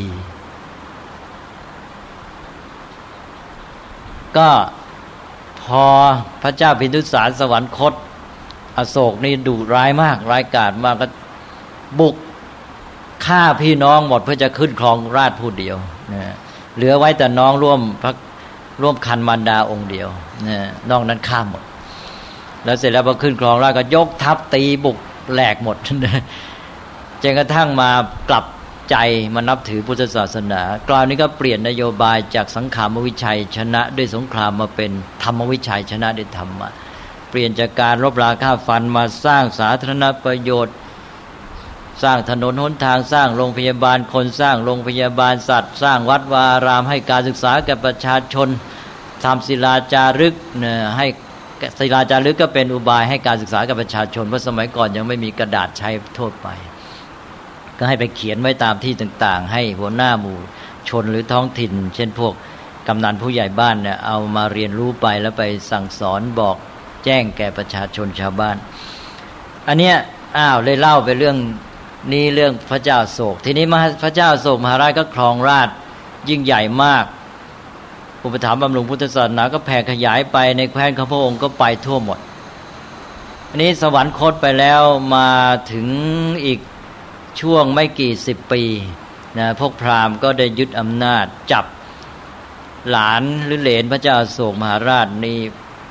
ก็พอพระเจ้าพินทุสารสวรรคตอโศกนี่ดุร้ายมากร้ายกาจมากก็บุกฆ่าพี่น้องหมดเพื่อจะขึ้นครองราชย์ผู้เดียวนะเหลือไว้แต่น้องร่วมคันมารดาองค์เดียวนะนอกนั้นฆ่าหมดแล้วเสร็จแล้วพอขึ้นครองราชย์ก็ยกทัพตีบุกแหลกหมดจนกระทั่งมากลับใจมานับถือพุทธศาสนากล่าวนี้ก็เปลี่ยนนโยบายจากสังขารวิชัยชนะด้วยสงครามมาเป็นธรรมวิชัยชนะด้วยธรรมะเปลี่ยนจากการรบราฆ่าฟันมาสร้างสาธารณประโยชน์สร้างถนนหนทางสร้างโรงพยาบาลคนสร้างโรงพยาบาลสัตว์สร้างวัดวาอารามให้การศึกษาแก่ประชาชนทำศิลาจารึกให้ศิลาจารึกก็เป็นอุบายให้การศึกษากับประชาชนเพราะสมัยก่อนยังไม่มีกระดาษใช้ทั่วไปก็ให้ไปเขียนไว้ตามที่ต่างๆให้หัวหน้าหมู่ชนหรือท้องถิ่นเช่นพวกกำนันผู้ใหญ่บ้านเนี่ยเอามาเรียนรู้ไปแล้วไปสั่งสอนบอกแจ้งแก่ประชาชนชาวบ้านอันเนี้ยเลยเล่าไปเรื่องนี้เรื่องพระเจ้าโศกทีนี้พระเจ้าโศกมหาราชก็ครองราชย์ยิ่งใหญ่มากอุปถัมภ์บำรุงพุทธศาสนาก็แผ่ขยายไปในแคว้นของพระองค์ก็ไปทั่วหมดอันนี้สวรรคตไปแล้วมาถึงอีกช่วงไม่กี่10 ปีนะพวกพราหมณ์ก็ได้ยึดอำนาจจับหลานหรือเหลนพระเจ้าโศกมหาราชนี่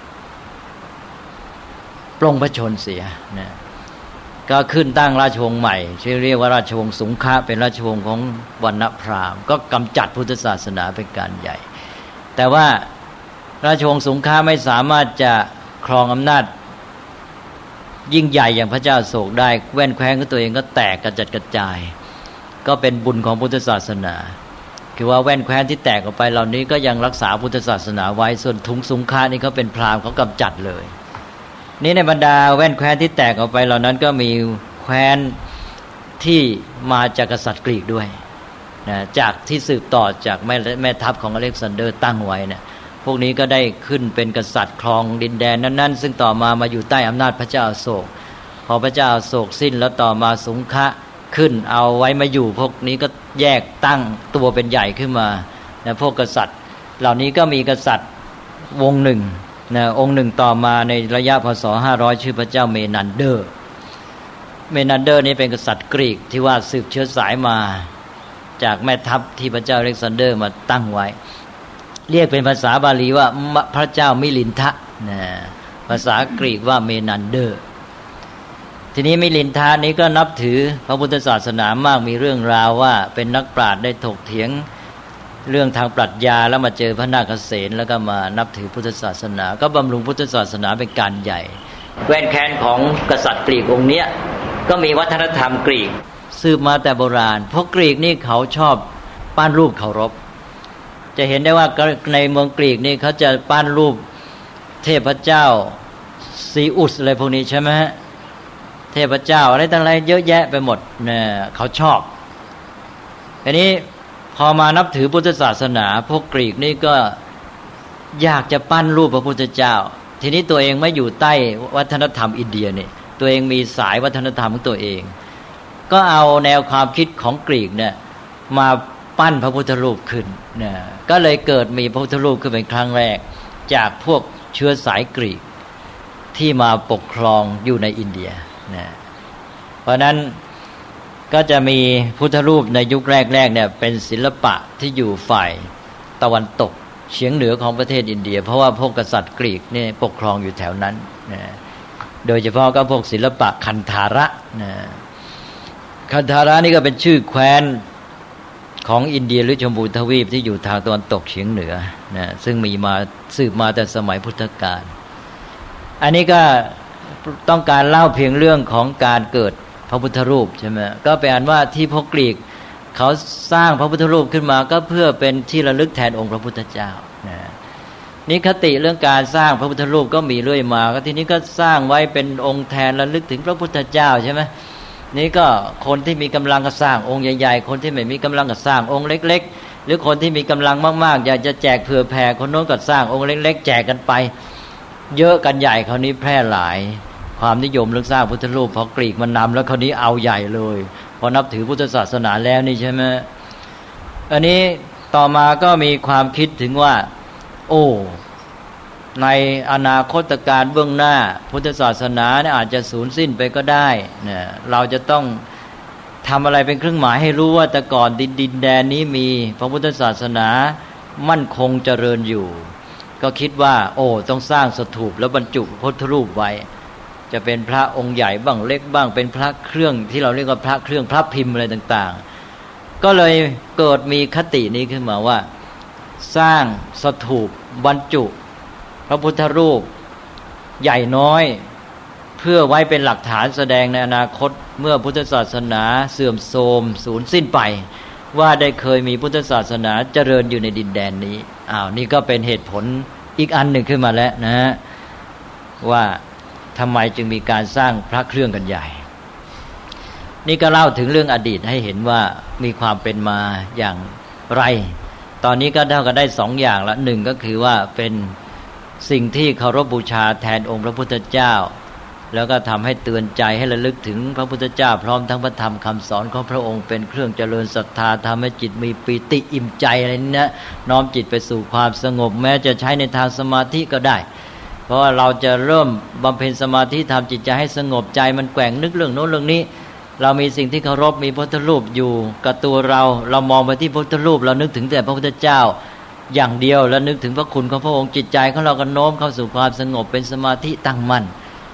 ปลงพระชนเสียนะก็ขึ้นตั้งราชวงศ์ใหม่ชื่อเรียกว่าราชวงศ์สุงฆะเป็นราชวงศ์ของวรรณพราหมณ์ก็กำจัดพุทธศาสนาเป็นการใหญ่แต่ว่าราชวงศ์สุงฆะไม่สามารถจะครองอำนาจยิ่งใหญ่อย่างพระเจ้าอโศกได้แว่นแคว้นของตัวเองก็แตกกระจัดกระจายก็เป็นบุญของพุทธศาสนาคือว่าแว่นแคว้นที่แตกออกไปเหล่านี้ก็ยังรักษาพุทธศาสนาไว้ส่วนทุงสุงฆะนี่เขาเป็นพราหมณ์เขากำจัดเลยนี่ในบรรดาแว่นแคว้นที่แตกออกไปเหล่านั้นก็มีแคว้นที่มาจากกษัตริย์กรีกด้วยนะจากที่สืบต่อจากแม่ทัพของอเล็กซานเดอร์ตั้งไว้เนี่ยพวกนี้ก็ได้ขึ้นเป็นกษัตริย์ครองดินแดนนั้นๆซึ่งต่อมาอยู่ใต้อำนาจพระเจ้าอโศกพอพระเจ้าอโศกสิ้นแล้วต่อมาสุงฆะขึ้นเอาไว้มาอยู่พวกนี้ก็แยกตั้งตัวเป็นใหญ่ขึ้นมานะพวกกษัตริย์เหล่านี้ก็มีกษัตริย์วงหนึ่งนะองค์หนึ่งต่อมาในระยะพศ500ชื่อพระเจ้าเมนันเดอร์นี้เป็นกษัตริย์กรีกที่ว่าสืบเชื้อสายมาจากแม่ทัพที่พระเจ้าอเล็กซานเดอร์มาตั้งไว้เรียกเป็นภาษาบาลีว่าพระเจ้ามิลินทะนะภาษากรีกว่าเมนันเดอร์ทีนี้มิลินทะนี้ก็นับถือพระพุทธศาสนามากมีเรื่องราวว่าเป็นนักปราชญ์ได้ถกเถียงเรื่องทางปรัชญาแล้วมาเจอพระนาคเษนแล้วก็มานับถือพุทธศาสนาก็บำรุงพุทธศาสนาเป็นการใหญ่แว่นแคว้นของกษัตริย์กรีกองค์เนี้ยก็มีวัฒนธรรมกรีกสืบมาแต่โบราณเพราะกรีกนี่เขาชอบปั้นรูปเคารพจะเห็นได้ว่าในเมืองกรีกนี่เขาจะปั้นรูปเทพเจ้าซีอุสอะไรพวกนี้ใช่ไหมฮะเทพเจ้าอะไรต่างๆเยอะแยะไปหมดเนี่ยเขาชอบอันนี้พอมานับถือพุทธศาสนาพวกกรีกนี่ก็อยากจะปั้นรูปพระพุทธเจ้าทีนี้ตัวเองไม่อยู่ใต้วัฒนธรรมอินเดียนี่ตัวเองมีสายวัฒนธรรมของตัวเองก็เอาแนวความคิดของกรีกเนี่ยมาปั้นพระพุทธรูปขึ้นนะก็เลยเกิดมีพระพุทธรูปขึ้นเป็นครั้งแรกจากพวกเชื้อสายกรีกที่มาปกครองอยู่ในอินเดียนะเพราะนั้นก็จะมีพุทธรูปในยุคแรกๆเนี่ยเป็นศิลปะที่อยู่ฝ่ายตะวันตกเฉียงเหนือของประเทศอินเดียเพราะว่าพวกกษัตริย์กรีกนี่ปกครองอยู่แถวนั้นนะโดยเฉพาะก็พวกศิลปะคันธาระนะคันธาระนี่ก็เป็นชื่อแคว้นของอินเดียหรือชมพูทวีปที่อยู่ทางตะวันตกเฉียงเหนือนะซึ่งมีมาสืบมาแต่สมัยพุทธกาลอันนี้ก็ต้องการเล่าเพียงเรื่องของการเกิดพระพุทธรูปใช่ไหมก็แปลว่าที่พวกกรีกเขาสร้างพระพุทธรูปขึ้นมาก็เพื่อเป็นที่ระลึกแทนองค์พระพุทธเจ้านะนี่คติเรื่องการสร้างพระพุทธรูปก็มีเรื่อยมาก็ทีนี้ก็สร้างไว้เป็นองค์แทนระลึกถึงพระพุทธเจ้าใช่ไหมนี่ก็คนที่มีกำลังก็สร้างองค์ใหญ่ๆคนที่ไม่มีกำลังก็สร้างองค์เล็กๆหรือคนที่มีกำลังมากๆอยากจะแจกเผื่อแผ่คนโน้นก็สร้างองค์เล็กๆแจกกันไปเยอะกันใหญ่คราวนี้แพร่หลายความนิยมเรื่องสร้างพุทธรูปพอกรีกมันนำแล้วคราวนี้เอาใหญ่เลยพอนับถือพุทธศาสนาแล้วนี่ใช่ไหมอันนี้ต่อมาก็มีความคิดถึงว่าโอ้ในอนาคตการเบื้องหน้าพุทธศาสนาเนี่ยอาจจะสูญสิ้นไปก็ได้เนี่ยเราจะต้องทำอะไรเป็นเครื่องหมายให้รู้ว่าแต่ก่อนดินแดนนี้มีพระพุทธศาสนามั่นคงเจริญอยู่ก็คิดว่าโอ้ต้องสร้างสถูปแล้วบรรจุพุทธรูปไว้จะเป็นพระองค์ใหญ่บ้างเล็กบ้างเป็นพระเครื่องที่เราเรียกว่าพระเครื่องพระพิมพ์อะไรต่างๆก็เลยเกิดมีคตินี้ขึ้นมาว่าสร้างสถูปบรรจุพระพุทธรูปใหญ่น้อยเพื่อไว้เป็นหลักฐานแสดงในอนาคตเมื่อพุทธศาสนาเสื่อมโทรมสูญสิ้นไปว่าได้เคยมีพุทธศาสนาเจริญอยู่ในดินแดนนี้นี่ก็เป็นเหตุผลอีกอันหนึ่งขึ้นมาแล้วนะว่าทำไมจึงมีการสร้างพระเครื่องกันใหญ่นี่ก็เล่าถึงเรื่องอดีตให้เห็นว่ามีความเป็นมาอย่างไรตอนนี้ก็เท่ากันได้สองอย่างละหนึ่งก็คือว่าเป็นสิ่งที่เคารพบูชาแทนองค์พระพุทธเจ้าแล้วก็ทำให้เตือนใจให้ระลึกถึงพระพุทธเจ้าพร้อมทั้งพระธรรมคำสอนของพระองค์เป็นเครื่องเจริญศรัทธาทำให้จิตมีปีติอิ่มใจอะไรนี้นะน้อมจิตไปสู่ความสงบแม้จะใช้ในทางสมาธิก็ได้เพราะว่าเราจะเริ่มบำเพ็ญสมาธิทำจิตใจให้สงบใจมันแกว่งนึกเรื่องโน้นเรื่องนี้เรามีสิ่งที่เคารพมีพระพุทธรูปอยู่กับตัวเรามองไปที่พระพุทธรูปเรานึกถึงแต่พระพุทธเจ้าอย่างเดียวแล้วนึกถึงพระคุณของพระองค์จิตใจของเราก็โน้มเข้าสู่ความสงบเป็นสมาธิตั้งมั่น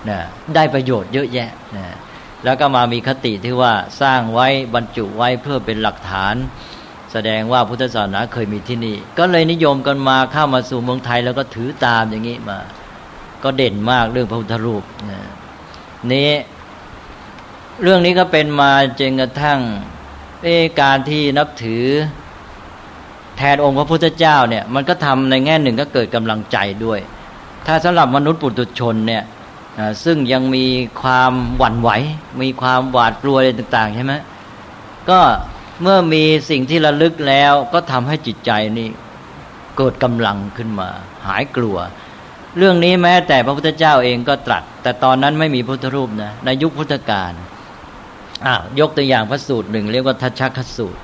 นะได้ประโยชน์เยอะแยะนะแล้วก็มามีคติที่ว่าสร้างไว้บรรจุไว้เพื่อเป็นหลักฐานแสดงว่าพุทธศาสนาเคยมีที่นี่ก็เลยนิยมกันมาเข้ามาสู่เมืองไทยแล้วก็ถือตามอย่างนี้มาก็เด่นมากเรื่องพระพุทธรูปนี้เรื่องนี้ก็เป็นมาจนกระทั่งการที่นับถือแทนองค์พระพุทธเจ้าเนี่ยมันก็ทำในแง่หนึ่งก็เกิดกำลังใจด้วยถ้าสำหรับมนุษย์ปุถุชนเนี่ยซึ่งยังมีความหวั่นไหวมีความหวาดกลัวอะไรต่างๆใช่ไหมก็เมื่อมีสิ่งที่ระลึกแล้วก็ทำให้จิตใจนี่เกิดกำลังขึ้นมาหายกลัวเรื่องนี้แม้แต่พระพุทธเจ้าเองก็ตรัสแต่ตอนนั้นไม่มีพุทธรูปนะในยุคพุทธกาลยกตัวอย่างพระสูตรหนึ่งเรียกว่าทัชฌคสูตร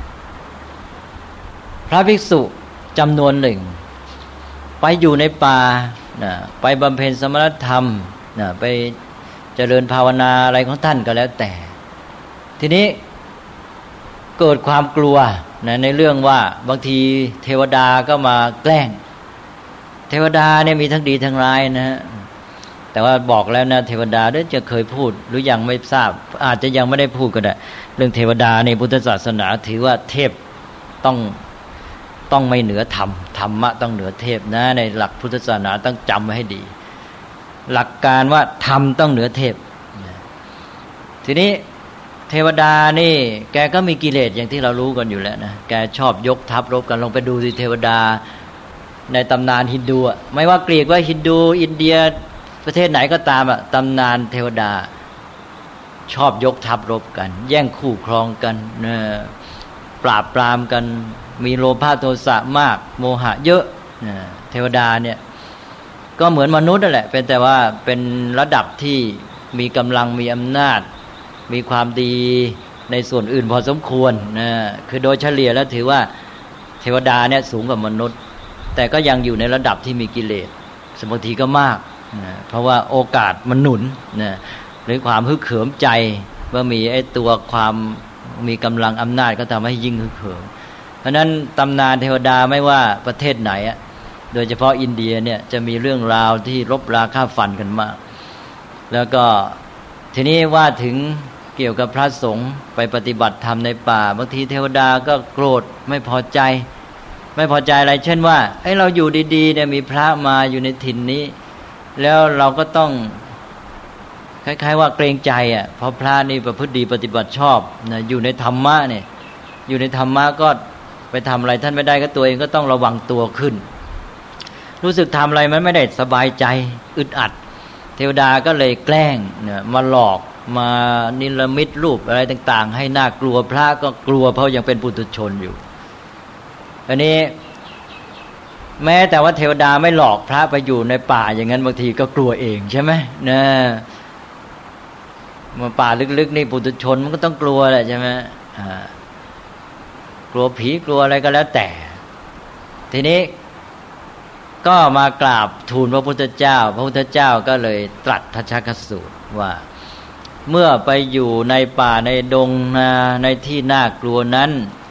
พระภิกษุจำนวนหนึ่งไปอยู่ในป่าไปบำเพ็ญสมณธรรมไปเจริญภาวนาอะไรของท่านก็แล้วแต่ทีนี้เกิดความกลัวในเรื่องว่าบางทีเทวดาก็มาแกล้งเทวดาเนี่ยมีทั้งดีทั้งร้ายนะฮะแต่ว่าบอกแล้วนะเทวดาได้จะเคยพูดหรือยังไม่ทราบอาจจะยังไม่ได้พูดก็ได้เรื่องเทวดาในพุทธศาสนาถือว่าเทพต้องไม่เหนือธรรมธรรมะต้องเหนือเทพนะในหลักพุทธศาสนาต้องจำไว้ให้ดีหลักการว่าธรรมต้องเหนือเทพทีนี้เทวดานี่แกก็มีกิเลสอย่างที่เรารู้กันอยู่แล้วนะแกชอบยกทัพรบกันลองไปดูสิเทวดาในตำนานฮินดูไม่ว่ากรีกว่าฮินดูอินเดียประเทศไหนก็ตามตำนานเทวดาชอบยกทัพรบกันแย่งคู่ครองกันปราบปรามกันมีโลภะโทสะมากโมหะเยอะเทวดาเนี่ยก็เหมือนมนุษย์นั่นแหละเป็นแต่ว่าเป็นระดับที่มีกำลังมีอำนาจมีความดีในส่วนอื่นพอสมควรคือโดยเฉลี่ยแล้วถือว่าเทวดาเนี่ยสูงกว่ามนุษย์แต่ก็ยังอยู่ในระดับที่มีกิเลสบางทีก็มากเพราะว่าโอกาสมันหนุนหรือความฮึกเหิมใจว่ามีไอ้ตัวความมีกำลังอำนาจก็ทำให้ยิ่งฮึกเหิมเพราะนั้นตำนานเทวดาไม่ว่าประเทศไหนโดยเฉพาะอินเดียเนี่ยจะมีเรื่องราวที่รบราฆ่าฟันกันมากแล้วก็ทีนี้ว่าถึงเกี่ยวกับพระสงฆ์ไปปฏิบัติธรรมในป่าบางทีเทวดาก็โกรธไม่พอใจอะไรเช่นว่าเราอยู่ดีๆเนี่ยมีพระมาอยู่ในถิ่นนี้แล้วเราก็ต้องคล้ายๆว่าเกรงใจเพราะพระนี่ประพฤติดีปฏิบัติชอบนะอยู่ในธรรมะเนี่ยอยู่ในธรรมะก็ไปทำอะไรท่านไม่ได้ก็ตัวเองก็ต้องระวังตัวขึ้นรู้สึกทำอะไรมันไม่ได้สบายใจอึดอัดเทวดาก็เลยแกล้งเนี่ยมาหลอกมานิรมิตรูปอะไรต่างๆให้น่ากลัวพระก็กลัวเพราะยังเป็นปุถุชนอยู่อันนี้แม้แต่ว่าเทวดาไม่หลอกพระไปอยู่ในป่าอย่างนั้นบางทีก็กลัวเองใช่ไหมนะมาป่าลึกๆนี่ปุถุชนมันก็ต้องกลัวแหละใช่ไหมกลัวผีกลัวอะไรก็แล้วแต่ทีนี้ก็มากราบทูลพระพุทธเจ้าพระพุทธเจ้าก็เลยตรัสทัชฌคสูตรว่าเมื่อไปอยู่ในป่าในดงในที่น่ากลัวนั้น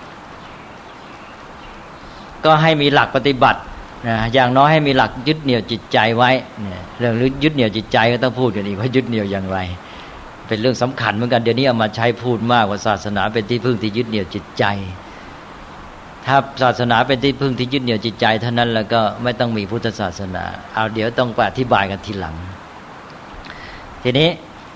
ก็ให้มีหลักปฏิบัติอย่างน้อยให้มีหลักยึดเหนี่ยวจิตใจไว้เรื่องยึดเหนี่ยวจิตใจก็ต้องพูดกันอีกว่ายึดเหนี่ยวอย่างไรเป็นเรื่องสำคัญเหมือนกันเดี๋ยวนี้เอามาใช้พูดมากว่าศาสนาเป็นที่พึ่งที่ยึดเหนี่ยวจิตใจถ้าศาสนาเป็นที่พึ่งที่ยึดเหนี่ยวจิตใจเท่านั้นแล้วก็ไม่ต้องมีพุทธศาสนาเอาเดี๋ยวต้องอธิบายกันทีหลังทีนี้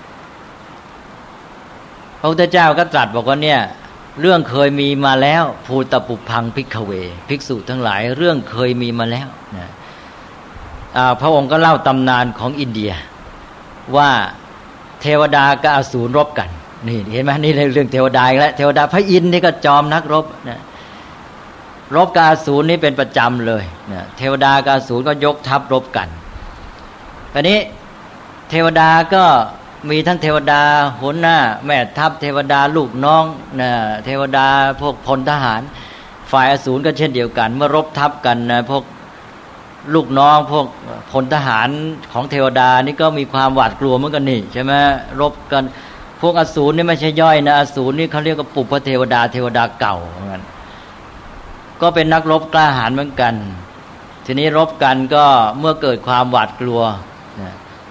พระพุทธเจ้าก็ตรัสบอกว่าเนี่ยเรื่องเคยมีมาแล้วภูตปุพังภิกขเวภิกษุทั้งหลายเรื่องเคยมีมาแล้วนะพระองค์ก็เล่าตำนานของอินเดียว่าเทวดากับอสูรรบกันนี่เห็นไหมนี่เรื่องเทวดาและเทวดาพระอินทร์นี่ก็จอมนักรบนะรบกับอสูรนี่เป็นประจำเลยนะเทวดากับอสูรก็ยกทัพรบกันตอนนี้เทวดาก็มีทั้งเทวดาหัวหน้าแม่ทัพเทวดาลูกน้องนะเทวดาพวกพลทหารฝ่ายอสูรก็เช่นเดียวกันเมื่อรบทัพกันนะพวกลูกน้องพวกพลทหารของเทวดานี่ก็มีความหวาดกลัวเหมือนกันนี่ใช่ไหมรบกันพวกอสูรนี่ไม่ใช่ย่อยนะอสูรนี่เขาเรียกว่าปุพเทวดาเทวดาเก่าเหมือนกันก็เป็นนักรบกล้าหาญเหมือนกันทีนี้รบกันก็เมื่อเกิดความหวาดกลัวนะพ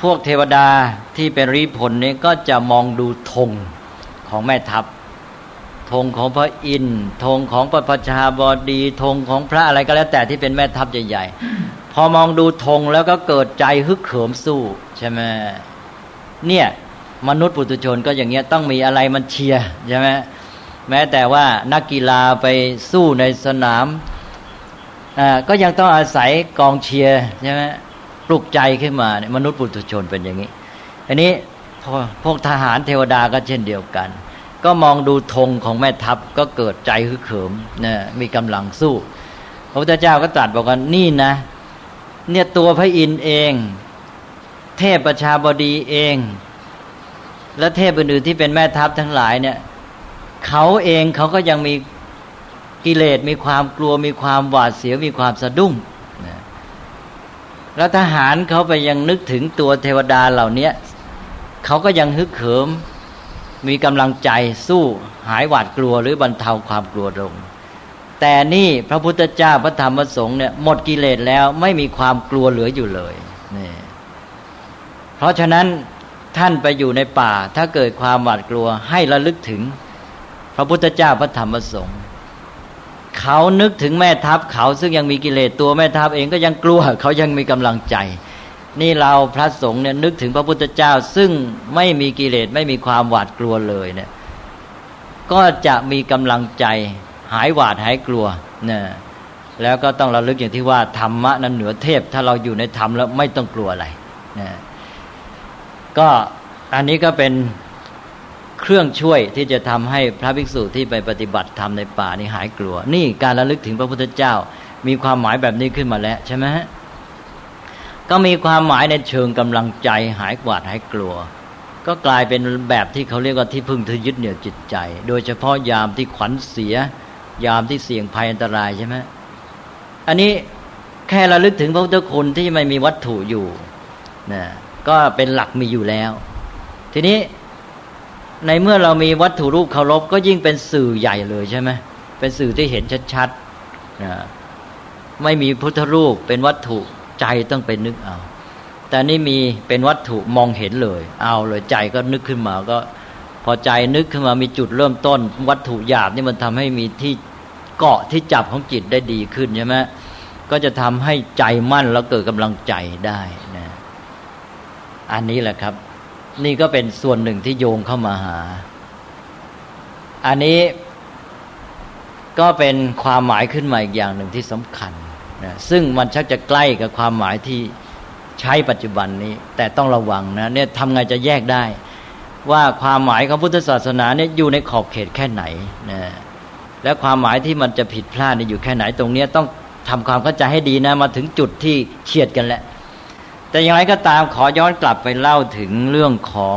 พวกเทวดาที่เป็นริพลนี้ก็จะมองดูธงของแม่ทัพธงของพระอินทร์ธงของพระประชาบดีธงของพระอะไรก็แล้วแต่ที่เป็นแม่ทัพใหญ่ๆพอมองดูธงแล้วก็เกิดใจฮึกเหิมสู้ใช่ไหมเนี่ยมนุษย์ปุถุชนก็อย่างเงี้ยต้องมีอะไรมันเชียร์ใช่ไหมแม้แต่ว่านักกีฬาไปสู้ในสนามก็ยังต้องอาศัยกองเชียร์ใช่ไหมปลุกใจขึ้นมาเนี่ยมนุษย์ปุถุชนเป็นอย่างนี้อันนี้พวกทหารเทวดาก็เช่นเดียวกันก็มองดูธงของแม่ทัพก็เกิดใจฮึกเหิมนะมีกำลังสู้พระพุทธเจ้าก็ตรัสบอกว่านี่นะเนี่ยตัวพระอินทร์เองเทพประชาบดีเองและเทพอื่นๆที่เป็นแม่ทัพทั้งหลายเนี่ยเขาเองเขาก็ยังมีกิเลสมีความกลัวมีความหวาดเสียวมีความสะดุ้งนะแล้วทหารเขาไปยังนึกถึงตัวเทวดาเหล่านี้เขาก็ยังฮึกเหิมมีกำลังใจสู้หายหวาดกลัวหรือบรรเทาความกลัวลงแต่นี่พระพุทธเจ้าพระธรรมพระสงฆ์เนี่ยหมดกิเลสแล้วไม่มีความกลัวเหลืออยู่เลยนี่เพราะฉะนั้นท่านไปอยู่ในป่าถ้าเกิดความหวาดกลัวให้ระลึกถึงพระพุทธเจ้าพระธรรมพระสงฆ์เขานึกถึงแม่ทัพเขาซึ่งยังมีกิเลสตัวแม่ทัพเองก็ยังกลัวเขายังมีกำลังใจนี่เราพระสงฆ์เนี่ยนึกถึงพระพุทธเจ้าซึ่งไม่มีกิเลสไม่มีความหวาดกลัวเลยเนี่ยก็จะมีกำลังใจหายหวาดหายกลัวเนี่ยแล้วก็ต้องระลึกอย่างที่ว่าธรรมะนั้นเหนือเทพถ้าเราอยู่ในธรรมแล้วไม่ต้องกลัวอะไรเนี่ยก็อันนี้ก็เป็นเครื่องช่วยที่จะทำให้พระภิกษุที่ไปปฏิบัติธรรมในป่านี่หายกลัวนี่การระลึกถึงพระพุทธเจ้ามีความหมายแบบนี้ขึ้นมาแล้วใช่ไหมฮะก็มีความหมายในเชิงกำลังใจหายหวาดหายกลัวก็กลายเป็นแบบที่เขาเรียกว่าที่พึ่งที่ยึดเหนี่ยวจิตใจโดยเฉพาะยามที่ขวัญเสียยามที่เสี่ยงภัยอันตรายใช่ไหมอันนี้แค่ระลึกถึงพระพุทธคุณที่ไม่มีวัตถุอยู่นะก็เป็นหลักมีอยู่แล้วทีนี้ในเมื่อเรามีวัตถุรูปเคารพก็ยิ่งเป็นสื่อใหญ่เลยใช่ไหมเป็นสื่อที่เห็นชัดๆนะไม่มีพุทธรูปเป็นวัตถุใจต้องไปนึกเอาแต่นี่มีเป็นวัตถุมองเห็นเลยเอาเลยใจก็นึกขึ้นมาก็พอใจนึกขึ้นมามีจุดเริ่มต้นวัตถุหยาบนี่มันทำให้มีที่เกาะที่จับของจิตได้ดีขึ้นใช่ไหมก็จะทำให้ใจมั่นแล้วเกิดกำลังใจได้นะอันนี้แหละครับนี่ก็เป็นส่วนหนึ่งที่โยงเข้ามาหาอันนี้ก็เป็นความหมายขึ้นมาอีกอย่างหนึ่งที่สำคัญนะซึ่งมันชักจะใกล้กับความหมายที่ใช้ปัจจุบันนี้แต่ต้องระวังนะเนี่ยทำไงจะแยกได้ว่าความหมายของพุทธศาสนาเนี่ยอยู่ในขอบเขตแค่ไหนนะและความหมายที่มันจะผิดพลาดอยู่แค่ไหนตรงนี้ต้องทำความเข้าใจให้ดีนะมาถึงจุดที่เฉียดกันแล้วแต่อย่างไรก็ตามขอย้อนกลับไปเล่าถึงเรื่องของ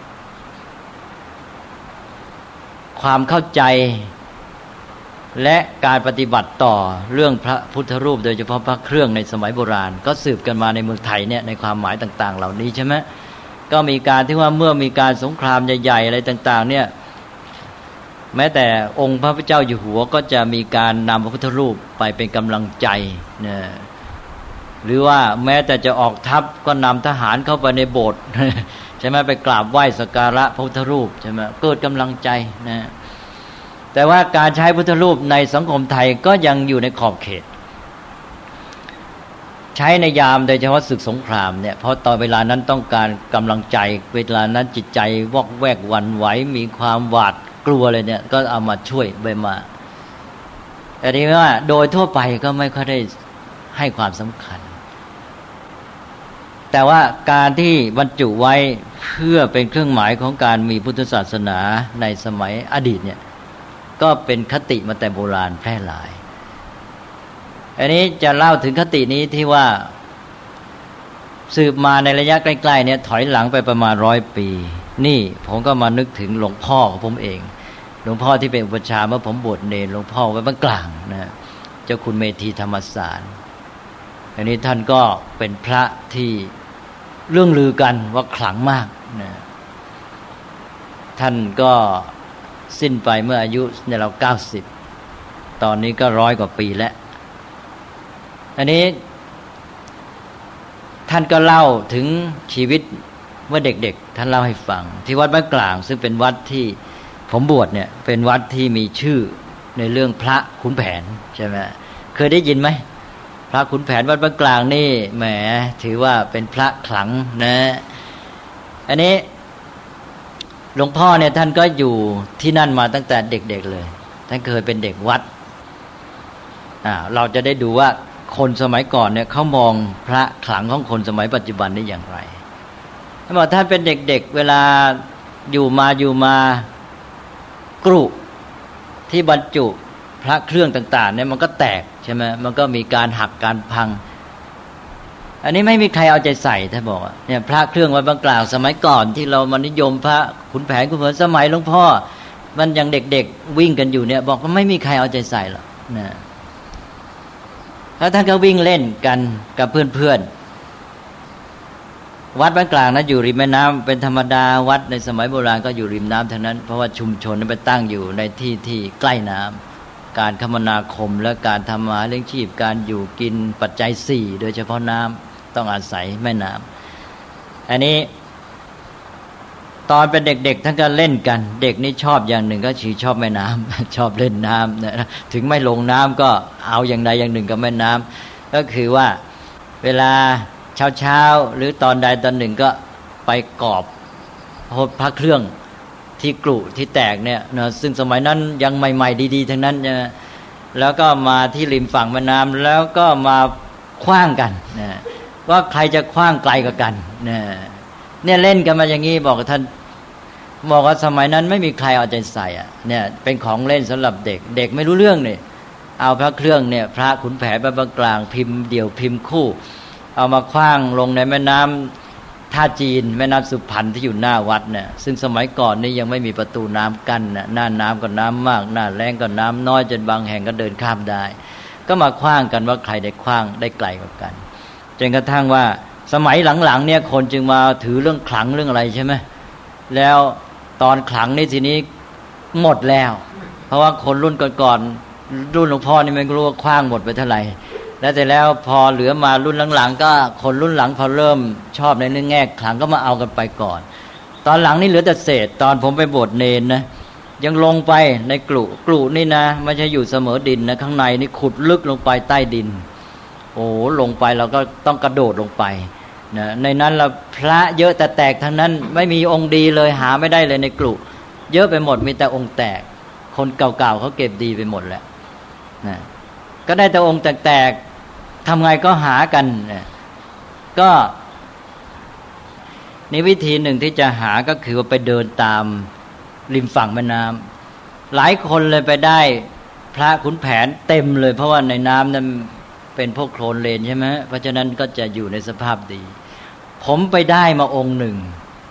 ความเข้าใจและการปฏิบัติต่อเรื่องพระพุทธรูปโดยเฉพาะพระเครื่องในสมัยโบราณก็สืบกันมาในเมืองไทยเนี่ยในความหมายต่างๆเหล่านี้ใช่ไหมก็มีการที่ว่าเมื่อมีการสงครามใหญ่ๆอะไรต่างๆเนี่ยแม้แต่องค์พระพุทธเจ้าอยู่หัวก็จะมีการนำพระพุทธรูปไปเป็นกำลังใจเนี่ยหรือว่าแม้แต่จะออกทัพก็นำทหารเข้าไปในโบสถ์ใช่ไหมไปกราบไหว้สักการะพระพุทธรูปใช่ไหมเกิดกำลังใจนะแต่ว่าการใช้พุทธรูปในสังคมไทยก็ยังอยู่ในขอบเขตใช้ในยามโดยเฉพาะศึกสงครามเนี่ยเพราะตอนเวลานั้นต้องการกำลังใจเวลานั้นจิตใจวอกแวกหวั่นไหวมีความหวาดกลัวอะไรเนี่ยก็เอามาช่วยไปมาแต่ทีนี้ว่าโดยทั่วไปก็ไม่ค่อยได้ให้ความสำคัญแต่ว่าการที่บรรจุไว้เพื่อเป็นเครื่องหมายของการมีพุทธศาสนาในสมัยอดีตเนี่ยก็เป็นคติมาแต่โบราณแพร่หลายอันนี้จะเล่าถึงคตินี้ที่ว่าสืบมาในระยะใกล้ๆเนี่ยถอยหลังไปประมาณ100 ปีนี่ผมก็มานึกถึงหลวงพ่อของผมเองหลวงพ่อที่เป็นอุปัชฌาย์เมื่อผมบวชเณรหลวงพ่อไว้บ้านกลางนะเจ้าคุณเมธีธรรมสารอันนี้ท่านก็เป็นพระที่เรื่องลือกันว่าขลังมากนะท่านก็สิ้นไปเมื่ออายุในเรา90ตอนนี้ก็100 กว่าปีแล้วอันนี้ท่านก็เล่าถึงชีวิตเมื่อเด็กๆท่านเล่าให้ฟังที่วัดบ้านกลางซึ่งเป็นวัดที่ผมบวชเนี่ยเป็นวัดที่มีชื่อในเรื่องพระขุนแผนใช่ไหมเคยได้ยินไหมพระขุนแผนวัดบ้านกลางนี่แหมถือว่าเป็นพระขลังนะอันนี้หลวงพ่อเนี่ยท่านก็อยู่ที่นั่นมาตั้งแต่เด็กๆเลยท่านเคยเป็นเด็กวัดเราจะได้ดูว่าคนสมัยก่อนเนี่ยเขามองพระขลังของคนสมัยปัจจุบันนี่อย่างไรท่านบอกท่านเป็นเด็กๆเวลาอยู่มากรุที่บรรจุพระเครื่องต่างๆเนี่ยมันก็แตกใช่ไหมมันก็มีการหักการพังอันนี้ไม่มีใครเอาใจใส่ท่านบอกเนี่ยพระเครื่องวัดบางกลางสมัยก่อนที่เรามานิยมพระขุนแผนขุนเผยสมัยหลวงพ่อมันยังเด็กๆวิ่งกันอยู่เนี่ยบอกว่าไม่มีใครเอาใจใส่หรอกนะแล้วท่านก็วิ่งเล่นกันกับเพื่อนๆวัดบ้านกลางนะอยู่ริมแม่น้ำเป็นธรรมดาวัดในสมัยโบราณก็อยู่ริมน้ำทั้งนั้นเพราะว่าชุมชนนั้นไปตั้งอยู่ในที่ที่ใกล้น้ำการคมนาคมและการทำมาเลี้ยงชีพการอยู่กินปัจจัย4โดยเฉพาะน้ำต้องอาศัยแม่น้ำอันนี้ตอนเป็นเด็กๆท่านก็เล่นกันเด็กนี่ชอบอย่างหนึ่งก็ชอบแม่น้ำชอบเล่นน้ำนะถึงไม่ลงน้ำก็เอาอย่างใดอย่างหนึ่งกับแม่น้ำก็คือว่าเวลาเช้าหรือตอนใดตอนหนึ่งก็ไปกอบพระเครื่องที่กรุที่แตกเนี่ยนะซึ่งสมัยนั้นยังใหม่ๆดีๆทั้งนั้นนะแล้วก็มาที่ริมฝั่งแม่น้ำแล้วก็มาขว้างกันนะว่าใครจะขว้างไกลกว่ากันเนี่ยเล่นกันมาอย่างนี้บอกกับท่านบอกว่าสมัยนั้นไม่มีใครเอาใจใส่เนี่ยเป็นของเล่นสำหรับเด็กเด็กไม่รู้เรื่องเนี่ยเอาพระเครื่องเนี่ยพระขุนแผนบางกลางพิมพ์เดี่ยวพิมพ์คู่เอามาขว้างลงในแม่น้ำท่าจีนแม่น้ำสุพรรณที่อยู่หน้าวัดเนี่ยซึ่งสมัยก่อนนี่ยังไม่มีประตูน้ำกั้นหน้าน้ำก็น้ำมากหน้าแล้งก็น้ำน้อยจนบางแห่งก็เดินข้ามได้ก็มาขว้างกันว่าใครได้ขว้างได้ไกลกว่ากันจนกระทั่งว่าสมัยหลังๆเนี่ยคนจึงมาถือเรื่องขลังเรื่องอะไรใช่ไหมแล้วตอนขลังนี่ทีนี้หมดแล้วเพราะว่าคนรุ่นก่อนๆรุ่นหลวงพ่อนี่ไม่รู้ว่าขว้างหมดไปเท่าไหร่แล้วแต่แล้วพอเหลือมารุ่นหลังๆก็คนรุ่นหลังพอเริ่มชอบในเรื่องแง่ขลังก็มาเอากันไปก่อนตอนหลังนี่เหลือแต่เศษตอนผมไปบวชเนรนะยังลงไปในกรุนี่นะไม่ใช่อยู่เสมอดินนะข้างในนี่ขุดลึกลงไปใต้ดินโอ้ลงไปเราก็ต้องกระโดดลงไปนะในนั้นเราพระเยอะแต่แตกทั้งนั้นไม่มีองค์ดีเลยหาไม่ได้เลยในกรุเยอะไปหมดมีแต่องค์แตกคนเก่าๆเขาเก็บดีไปหมดแล้วนะก็ได้แต่องค์แตกๆทำไงก็หากันนะก็นี่วิธีหนึ่งที่จะหาก็คือว่าไปเดินตามริมฝั่งแม่น้ำหลายคนเลยไปได้พระขุนแผนเต็มเลยเพราะว่าในน้ำนั้นเป็นพวกโคลนเลนใช่ไหมเพราะฉะนั้นก็จะอยู่ในสภาพดีผมไปได้มาองค์หนึ่ง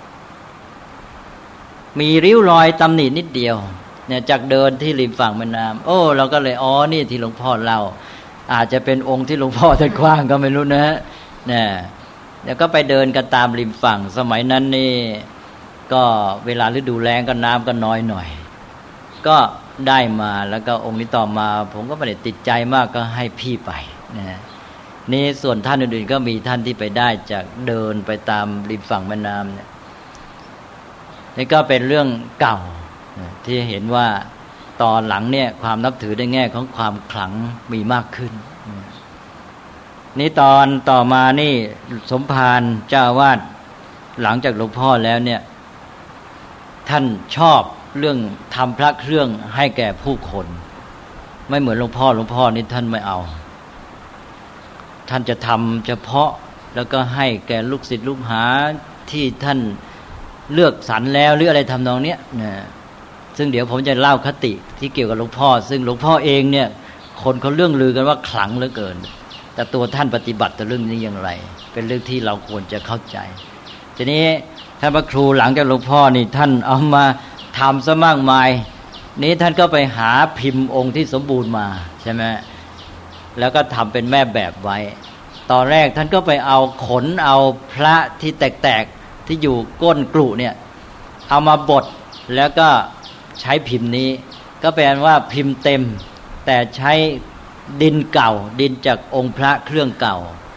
มีริ้วรอยตำหนินิดเดียวเนี่ยจากเดินที่ริมฝั่งแม่น้ำโอ้เราก็เลยอ๋อนี่ที่หลวงพ่อเล่าอาจจะเป็นองค์ที่หลวงพ่อท่านกว้างก็ไม่รู้นะเนี่ยแล้วก็ไปเดินกันตามริมฝั่งสมัยนั้นนี่ก็เวลาฤดูแล้งก็น้ำก็น้อยหน่อยก็ได้มาแล้วก็องค์นี้ต่อมาผมก็ไม่ได้ติดใจมากก็ให้พี่ไปนะนี่ส่วนท่านอื่นๆก็มีท่านที่ไปได้จากเดินไปตามริมฝั่งแม่น้ำเนี่ยนี่ก็เป็นเรื่องเก่าที่เห็นว่าตอนหลังเนี่ยความนับถือในแง่ของความขลังมีมากขึ้นนี่ตอนต่อมานี่สมภารเจ้าอาวาสหลังจากหลวงพ่อแล้วเนี่ยท่านชอบเรื่องทำพระเครื่องให้แก่ผู้คนไม่เหมือนหลวงพ่อนี่ท่านไม่เอาท่านจะทำเฉพาะแล้วก็ให้แก่ลูกศิษย์ลูกหาที่ท่านเลือกสรรแล้วหรืออะไรทำนองเนี้ยนะซึ่งเดี๋ยวผมจะเล่าคติที่เกี่ยวกับหลวงพ่อซึ่งหลวงพ่อเองเนี่ยคนเขาเรื่องลือกันว่าขลังเหลือเกินแต่ตัวท่านปฏิบัติต่อเรื่องนี้อย่างไรเป็นเรื่องที่เราควรจะเข้าใจทีนี้ท่านพระครูหลังจากหลวงพ่อนี่ท่านเอามาทำซะมากมายนี้ท่านก็ไปหาพิมพ์องค์ที่สมบูรณ์มาใช่ไหมแล้วก็ทำเป็นแม่แบบไว้ตอนแรกท่านก็ไปเอาขนเอาพระที่แตกๆที่อยู่ก้นกรุเนี่ยเอามาบดแล้วก็ใช้พิมพ์นี้ก็แปลว่าพิมพ์เต็มแต่ใช้ดินเก่าดินจากองค์พระเครื่องเก่า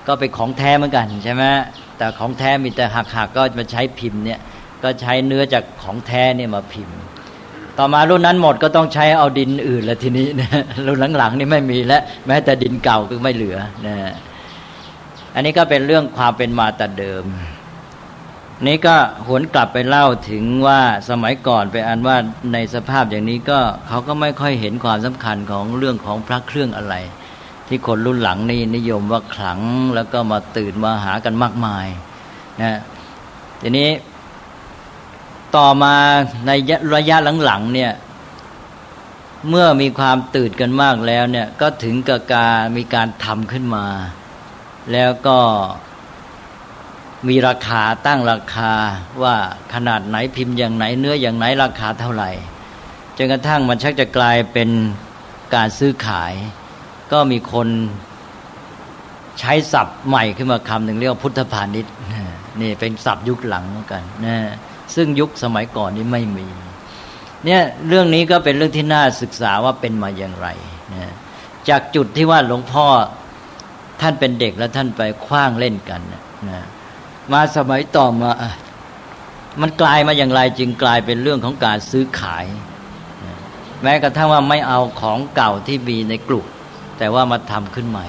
ก็เป็นของแท้เหมือนกันใช่ไหมแต่ของแท้มีแต่หักก็มาใช้พิมพ์เนี่ยก็ใช้เนื้อจากของแท้เนี่ยมาพิมพ์ต่อมารุ่นนั้นหมดก็ต้องใช้เอาดินอื่นแล้วทีนี้นะรุ่นหลังๆนี่ไม่มีแล้วแม้แต่ดินเก่าก็ไม่เหลือนะอันนี้ก็เป็นเรื่องความเป็นมาแต่เดิมนี้ก็หวนกลับไปเล่าถึงว่าสมัยก่อนเป็นอันว่าในสภาพอย่างนี้ก็เขาก็ไม่ค่อยเห็นความสำคัญของเรื่องของพระเครื่องอะไรที่คนรุ่นหลังนี่นิยมว่าขลังแล้วก็มาตื่นมาหากันมากมายนะทีนี้ต่อมาในระยะหลังๆเนี่ยเมื่อมีความตื่นกันมากแล้วเนี่ยก็ถึงกับการมีการทำขึ้นมาแล้วก็มีราคาตั้งราคาว่าขนาดไหนพิมพ์อย่างไหนเนื้ออย่างไหนราคาเท่าไหร่จนกระทั่งมันชักจะกลายเป็นการซื้อขายก็มีคนใช้ศัพท์ใหม่ขึ้นมาคำหนึ่งเรียกว่าพุทธพาณิชย์นี่เป็นศัพท์ยุคหลังเหมือนกันนะซึ่งยุคสมัยก่อนนี้ไม่มีเนี่ยเรื่องนี้ก็เป็นเรื่องที่น่าศึกษาว่าเป็นมาอย่างไรนะจากจุดที่ว่าหลวงพ่อท่านเป็นเด็กแล้วท่านไปขว้างเล่นกันนะมาสมัยต่อมามันกลายมาอย่างไรจึงกลายเป็นเรื่องของการซื้อขายแม้กระทั่งว่าไม่เอาของเก่าที่มีในกลุ่มแต่ว่ามาทำขึ้นใหม่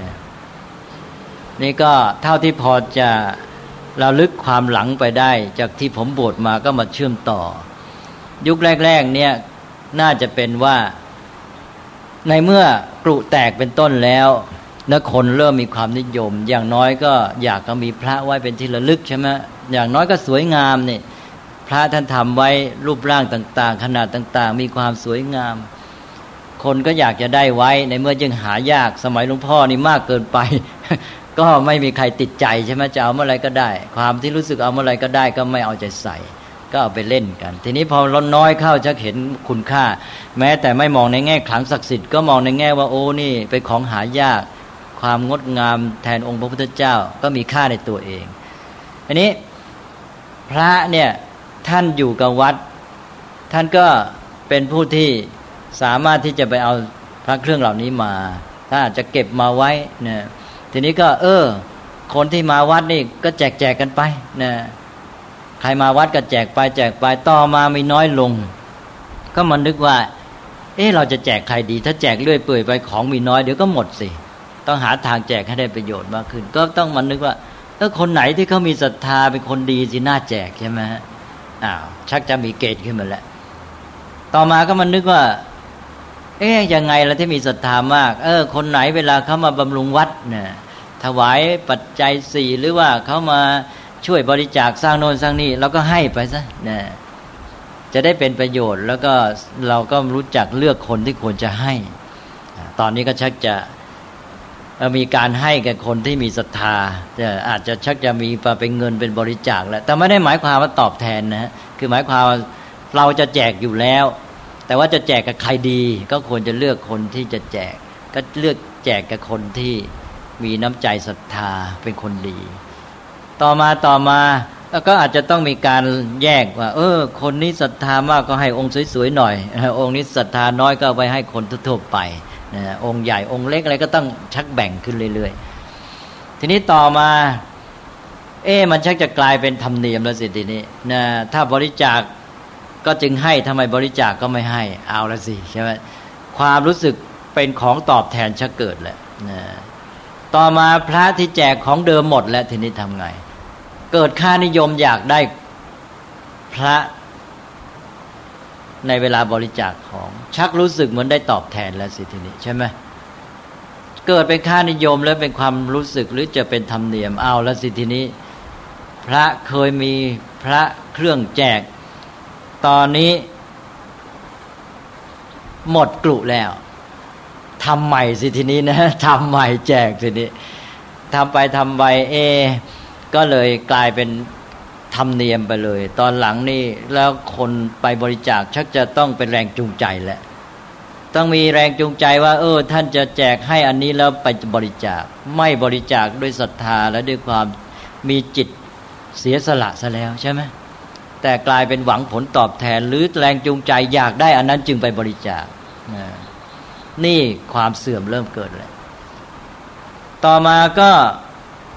นี่ก็เท่าที่พอจะระลึกความหลังไปได้จากที่ผมบวชมาก็มาเชื่อมต่อยุคแรกๆเนี่ยน่าจะเป็นว่าในเมื่อกลุ่มแตกเป็นต้นแล้วและคนเริ่มมีความนิยมอย่างน้อยก็อยากจะมีพระไว้เป็นที่ระลึกใช่ไหมอย่างน้อยก็สวยงามนี่พระท่านทำไว้รูปร่างต่างๆขนาดต่างๆมีความสวยงามคนก็อยากจะได้ไว้ในเมื่อยังหายากสมัยหลวงพ่อนี่มากเกินไป ก็ไม่มีใครติดใจใช่ไหมจะเอาเมื่อไรก็ได้ความที่รู้สึกเอาเมื่อไรก็ได้ก็ไม่เอาใจใส่ก็เอาไปเล่นกันทีนี้พอลดน้อยเข้าจะเห็นคุณค่าแม้แต่ไม่มองในแง่ขลังศักดิ์สิทธิ์ก็มองในแง่ว่าโอ้นี่เป็นของหายากความงดงามแทนองค์พระพุทธเจ้าก็มีค่าในตัวเองอันนี้พระเนี่ยท่านอยู่กับวัดท่านก็เป็นผู้ที่สามารถที่จะไปเอาพระเครื่องเหล่านี้มาถ้าอาจจะเก็บมาไว้เนี่ยทีนี้ก็คนที่มาวัดนี่ก็แจกกันไปนะใครมาวัดก็แจกไปต่อมามีน้อยลงก็มันนึกว่าเราจะแจกใครดีถ้าแจกเรื่อยเปื่อยไปของมีน้อยเดี๋ยวก็หมดสิต้องหาทางแจกให้ได้ประโยชน์มากขึ้นก็ต้องมันนึกว่าคนไหนที่เขามีศรัทธาเป็นคนดีสิน่าแจกใช่ไหมชักจะมีเกณฑ์ขึ้นมาแล้วต่อมาก็มันนึกว่ายังไงล่ะที่มีศรัทธามากคนไหนเวลาเขามาบำรุงวัดเนี่ยถวายปัจจัย4หรือว่าเขามาช่วยบริจาคสร้างโน่นสร้างนี่เราก็ให้ไปซะนะจะได้เป็นประโยชน์แล้วก็เราก็รู้จักเลือกคนที่ควรจะให้ตอนนี้ก็ชักจะมีการให้แก่คนที่มีศรัทธาอาจจะชักจะมีเป็นเงินเป็นบริจาคแล้วแต่ไม่ได้หมายความว่าตอบแทนนะคือหมายความว่าเราจะแจกอยู่แล้วแต่ว่าจะแจกกับใครดีก็ควรจะเลือกคนที่จะแจกก็เลือกแจกกับคนที่มีน้ำใจศรัทธาเป็นคนดีต่อมาแล้วก็อาจจะต้องมีการแยกว่าคนนี้ศรัทธามากก็ให้องค์สวยๆหน่อยองค์นี้ศรัทธาน้อยก็ไปให้คนทั่วไปองค์ใหญ่องค์เล็กอะไรก็ต้องชักแบ่งขึ้นเรื่อยๆทีนี้ต่อมามันชักจะกลายเป็นธรรมเนียมแล้วสิทีนี้นะถ้าบริจาคก็จึงให้ทำไมบริจาคก็ไม่ให้เอาละสิใช่ไหมความรู้สึกเป็นของตอบแทนชักเกิดแหละนะต่อมาพระที่แจกของเดิมหมดแล้วทีนี้ทำไงเกิดค่านิยมอยากได้พระในเวลาบริจาคของชักรู้สึกเหมือนได้ตอบแทนแล้วสิทีนี้ใช่ไหมเกิดเป็นค่านิยมแล้วเป็นความรู้สึกหรือจะเป็นธรรมเนียมเอาแล้วสิทีนี้พระเคยมีพระเครื่องแจกตอนนี้หมดกลุ่แล้วทำใหม่สิทีนี้นะทำใหม่แจกสินี้ทำไปก็เลยกลายเป็นธรรมเนียมไปเลยตอนหลังนี่แล้วคนไปบริจาคชักจะต้องเป็นแรงจูงใจแหละต้องมีแรงจูงใจว่าท่านจะแจกให้อันนี้แล้วไปบริจาคไม่บริจาคด้วยศรัทธาและด้วยความมีจิตเสียสละซะแล้วใช่ไหมแต่กลายเป็นหวังผลตอบแทนหรือแรงจูงใจอยากได้อันนั้นจึงไปบริจาคนี่ความเสื่อมเริ่มเกิดแล้วต่อมาก็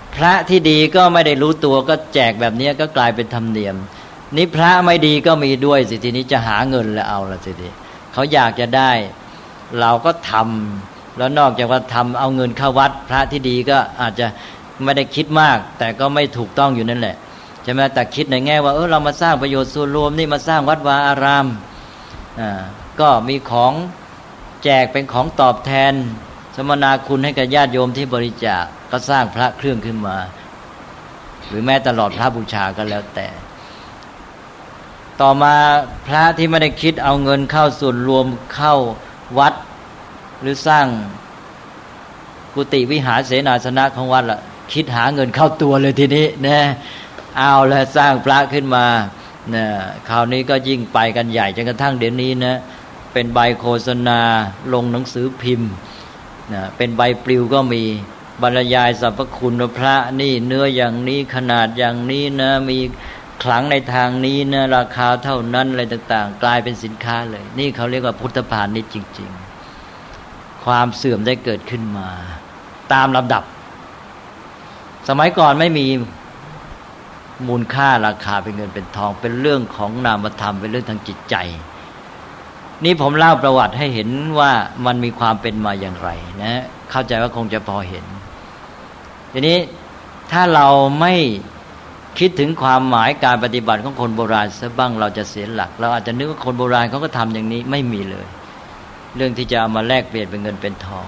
พระที่ดีก็ไม่ได้รู้ตัวก็แจกแบบนี้ก็กลายเป็นธรรมเนียมนี่พระไม่ดีก็มีด้วยสิทีนี้จะหาเงินแล้วเอาละสิทีเขาอยากจะได้เราก็ทำแล้วนอกจากว่าทำเอาเงินเข้าวัดพระที่ดีก็อาจจะไม่ได้คิดมากแต่ก็ไม่ถูกต้องอยู่นั่นแหละใช่ไหมแต่คิดในแง่ว่าเรามาสร้างประโยชน์ส่วนรวมนี่มาสร้างวัดวาอารามก็มีของแจกเป็นของตอบแทนสมนาคุณให้กับญาติโยมที่บริจาคก็สร้างพระเครื่องขึ้นมาหรือแม้ตลอดพระบูชาก็แล้วแต่ต่อมาพระที่ไม่ได้คิดเอาเงินเข้าส่วนรวมเข้าวัดหรือสร้างกุฏิวิหารเสนาสนะของวัดล่ะคิดหาเงินเข้าตัวเลยทีนี้นะเอาแล้วสร้างพระขึ้นมานะคราวนี้ก็ยิ่งไปกันใหญ่จนกระทั่งเดี๋ยวนี้นะเป็นใบโฆษณาลงหนังสือพิมพ์นะเป็นใบปลิวก็มีบรรยายสรรพคุณพระนี่เนื้ออย่างนี้ขนาดอย่างนี้นะมีขลังในทางนี้นะราคาเท่านั้นอะไรต่างๆกลายเป็นสินค้าเลยนี่เขาเรียกว่าพุทธพาณิชย์จริงๆความเสื่อมได้เกิดขึ้นมาตามลำดับสมัยก่อนไม่มีมูลค่าราคาเป็นเงินเป็นทองเป็นเรื่องของนามธรรมเป็นเรื่องทางจิตใจนี่ผมเล่าประวัติให้เห็นว่ามันมีความเป็นมาอย่างไรนะเข้าใจว่าคงจะพอเห็นทีนี้ถ้าเราไม่คิดถึงความหมายการปฏิบัติของคนโบราณซะบ้างเราจะเสียหลักเราอาจจะนึกว่าคนโบราณเขาก็ทำอย่างนี้ไม่มีเลยเรื่องที่จะเอามาแลกเปลี่ยนเป็นเงินเป็นทอง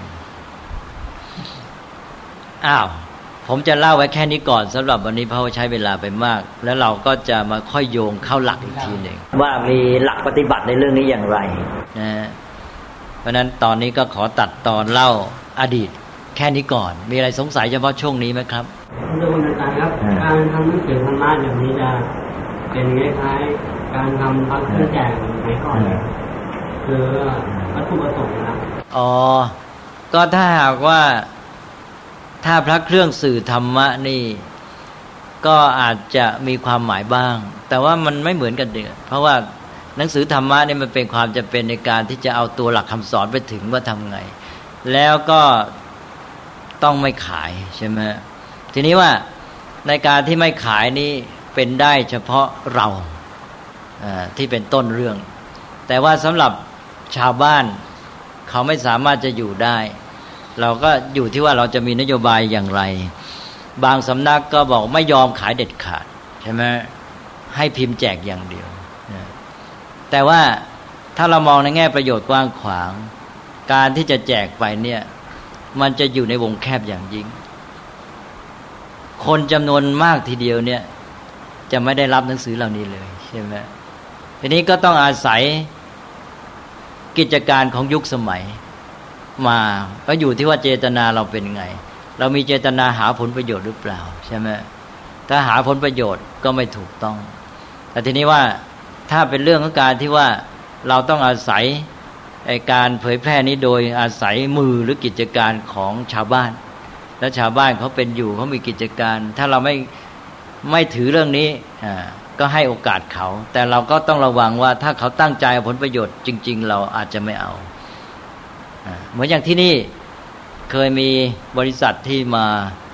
ผมจะเล่าไว้แค่นี้ก่อนสำหรับวันนี้เพราะว่าใช้เวลาไปมากแล้วเราก็จะมาค่อยโยงเข้าหลักอีกทีหนึ่งว่ามีหลักปฏิบัติในเรื่องนี้อย่างไรนะเพราะนั้นตอนนี้ก็ขอตัดตอนเล่าอดีตแค่นี้ก่อนมีอะไรสงสัยเฉพาะช่วงนี้ไหมครับเรื่องอาจารย์ครับการทำหนังสือธรรมะแบบนี้จะเป็นคล้ายๆการทำพระเครื่องแจกในก่อนคือวัตถุประสงค์นะครับก็ถ้าหากว่าถ้าพระเครื่องสื่อธรรมะนี่ก็อาจจะมีความหมายบ้างแต่ว่ามันไม่เหมือนกันเด้อเพราะว่าหนังสือธรรมะนี่มันเป็นความจำเป็นในการที่จะเอาตัวหลักคำสอนไปถึงว่าทำไงแล้วก็ต้องไม่ขายใช่ไหมทีนี้ว่าในการที่ไม่ขายนี่เป็นได้เฉพาะเราที่เป็นต้นเรื่องแต่ว่าสำหรับชาวบ้านเขาไม่สามารถจะอยู่ได้เราก็อยู่ที่ว่าเราจะมีนโยบายอย่างไรบางสำนักก็บอกไม่ยอมขายเด็ดขาดใช่ไหมให้พิมพ์แจกอย่างเดียวแต่ว่าถ้าเรามองในแง่ประโยชน์กว้างขวางการที่จะแจกไปเนี่ยมันจะอยู่ในวงแคบอย่างยิ่งคนจำนวนมากทีเดียวเนี่ยจะไม่ได้รับหนังสือเหล่านี้เลยใช่ไหมทีนี้ก็ต้องอาศัยกิจการของยุคสมัยมาก็อยู่ที่ว่าเจตนาเราเป็นไงเรามีเจตนาหาผลประโยชน์หรือเปล่าใช่ไหมถ้าหาผลประโยชน์ก็ไม่ถูกต้องแต่ทีนี้ว่าถ้าเป็นเรื่องของการที่ว่าเราต้องอาศัยการเผยแพร่นี้โดยอาศัยมือหรือกิจการของชาวบ้านและชาวบ้านเขาเป็นอยู่เขามีกิจการถ้าเราไม่ถือเรื่องนี้ก็ให้โอกาสเขาแต่เราก็ต้องระวังว่าถ้าเขาตั้งใจเอาผลประโยชน์จริงๆเราอาจจะไม่เอาเหมือนอย่างที่นี่เคยมีบริษัทที่มา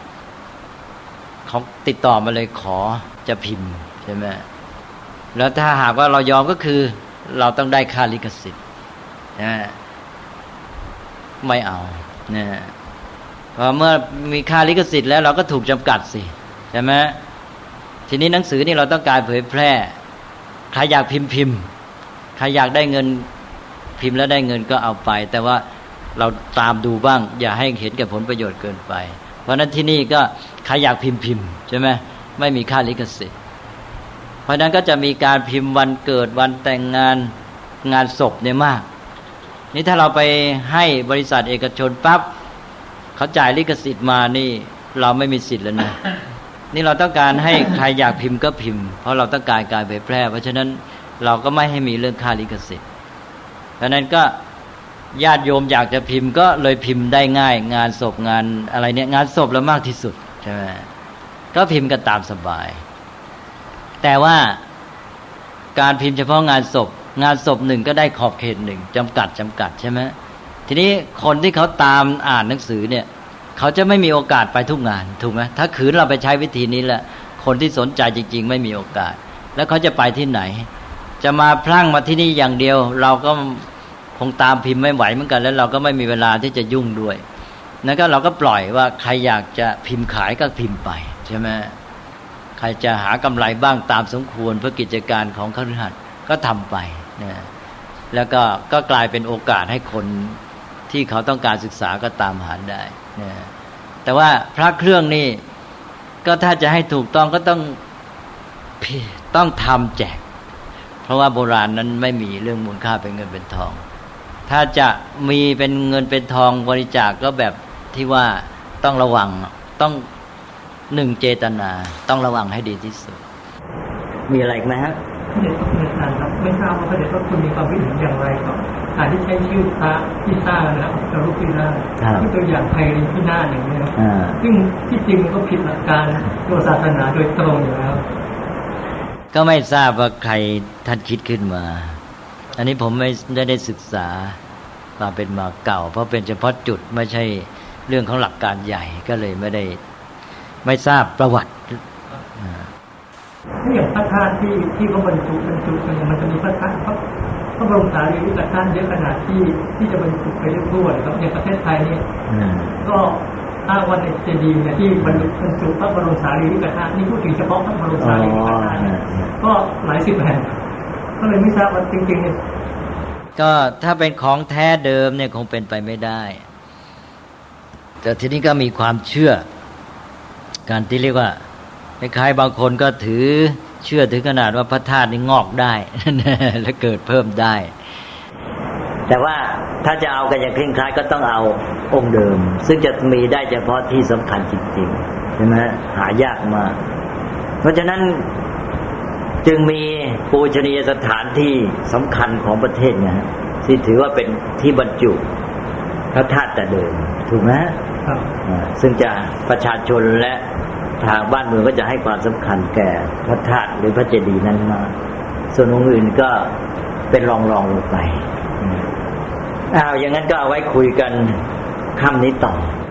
เขาติดต่อมาเลยขอจะพิมพ์ใช่ไหมแล้วถ้าหากว่าเรายอมก็คือเราต้องได้ค่าลิขสิทธิ์ไม่เอาเนี่ยพอเมื่อมีค่าลิขสิทธิ์แล้วเราก็ถูกจำกัดสิใช่ไหมทีนี้หนังสือนี่เราต้องการเผยแพร่ใครอยากพิมพ์ใครอยากได้เงินพิมพ์แล้วได้เงินก็เอาไปแต่ว่าเราตามดูบ้างอย่าให้เห็นแก่ผลประโยชน์เกินไปเพราะนั้นที่นี่ก็ใครอยากพิมพ์ใช่ไหมไม่มีค่าลิขสิทธิ์เพราะนั้นก็จะมีการพิมพ์วันเกิดวันแต่งงานศพเนี่ยมากนี่ถ้าเราไปให้บริษัทเอกชนปั๊บเขาจ่ายลิขสิทธิ์มานี่เราไม่มีสิทธิ์แล้วนะนี่เราต้องการให้ใครอยากพิมพ์ก็พิมพ์เพราะเราต้องการการเผยแพร่เพราะฉะนั้นเราก็ไม่ให้มีเรื่องค่าลิขสิทธิ์เพราะนั้นก็ญาติโยมอยากจะพิมพ์ก็เลยพิมพ์ได้ง่ายงานศพงานอะไรเนี่ยงานศพแล้วมากที่สุดใช่ไหมก็พิมพ์กันตามสบายแต่ว่าการพิมพ์เฉพาะงานศพหนึ่งก็ได้ขอบเขตหนึ่งจำกัดใช่ไหมทีนี้คนที่เขาตามอ่านหนังสือเนี่ยเขาจะไม่มีโอกาสไปทุกงานถูกไหมถ้าขืนเราไปใช้วิธีนี้แหละคนที่สนใจจริงๆไม่มีโอกาสแล้วเขาจะไปที่ไหนจะมาพลั่งมาที่นี่อย่างเดียวเราก็คงตามพิมพ์ไม่ไหวเหมือนกันแล้วเราก็ไม่มีเวลาที่จะยุ่งด้วยนั่นก็เราก็ปล่อยว่าใครอยากจะพิมพ์ขายก็พิมพ์ไปใช่ไหมใครจะหากำไรบ้างตามสมควรเพื่อกิจการของคฤหัสถ์ก็ทำไปนะแล้วก็กลายเป็นโอกาสให้คนที่เขาต้องการศึกษาก็ตามหาได้นะแต่ว่าพระเครื่องนี่ก็ถ้าจะให้ถูกต้องก็ต้องทำแจกเพราะว่าโบราณนั้นไม่มีเรื่องมูลค่าเป็นเงินเป็นทองถ้าจะมีเป็นเงินเป็นทองบริจาคก็แบบที่ว่าต้องระวังต้องเจตนาต้องระวังให้ดีที่สุดมีอะไรอีกไหมฮะพระเดชพระคุณอาจารย์ครับไม่ทราบว่าพระเดชพระคุณมีความคิดเห็นอย่างไรกับการที่ใช้ชื่อพระที่สร้างนะครับจารุพิราชที่ตัวอย่างไพรินพินาศอย่างนี้ครับซึ่งที่จริงมันก็ผิดหลักการตัวศาสนาโดยตรงอยู่แล้วก็ไม่ทราบว่าใครท่านคิดขึ้นมาอันนี้ผมไม่ได้ศึกษาความเป็นมาเก่าเพราะเป็นเฉพาะจุดไม่ใช่เรื่องของหลักการใหญ่ก็เลยไม่ทราบประวัติถ้าอย่างพระธาตุที่เขาบรรจุกันมันจะมีพระธาตุพระบรมสารีริกธาตุเยอะขนาดที่จะบรรจุไปได้ทั่วครับอย่างประเทศไทยนี่ก็ถ้าวันในเจดีย์เนี่ยที่บรรจุพระบรมสารีริกธาตุนี่พูดถึงเฉพาะพระบรมสารีริกธาตุก็หลายสิบแห่งก็เลยไม่ทราบว่าจริงๆเนี่ยก็ถ้าเป็นของแท้เดิมเนี่ยคงเป็นไปไม่ได้แต่ทีนี้ก็มีความเชื่อการที่เรียกว่าคล้ายๆบางคนก็เชื่อถึงขนาดว่าพระธาตุนี่งอกได้และเกิดเพิ่มได้แต่ว่าถ้าจะเอากันอย่างเคร่งครัดก็ต้องเอาองค์เดิมซึ่งจะมีได้เฉพาะที่สำคัญจริงๆใช่ไหมหายากมากเพราะฉะนั้นจึงมีปูชนียสถานที่สำคัญของประเทศเนี่ยที่ถือว่าเป็นที่บรรจุพระธาตุแต่เดิมถูกไหมครับซึ่งจะประชาชนและทางบ้านเมืองก็จะให้ความสำคัญแก่พระธาตุหรือพระเจดีย์นั้นมากส่วนองค์อื่นก็เป็นรองลงไปอย่างนั้นก็เอาไว้คุยกันค่ำนี้ต่อ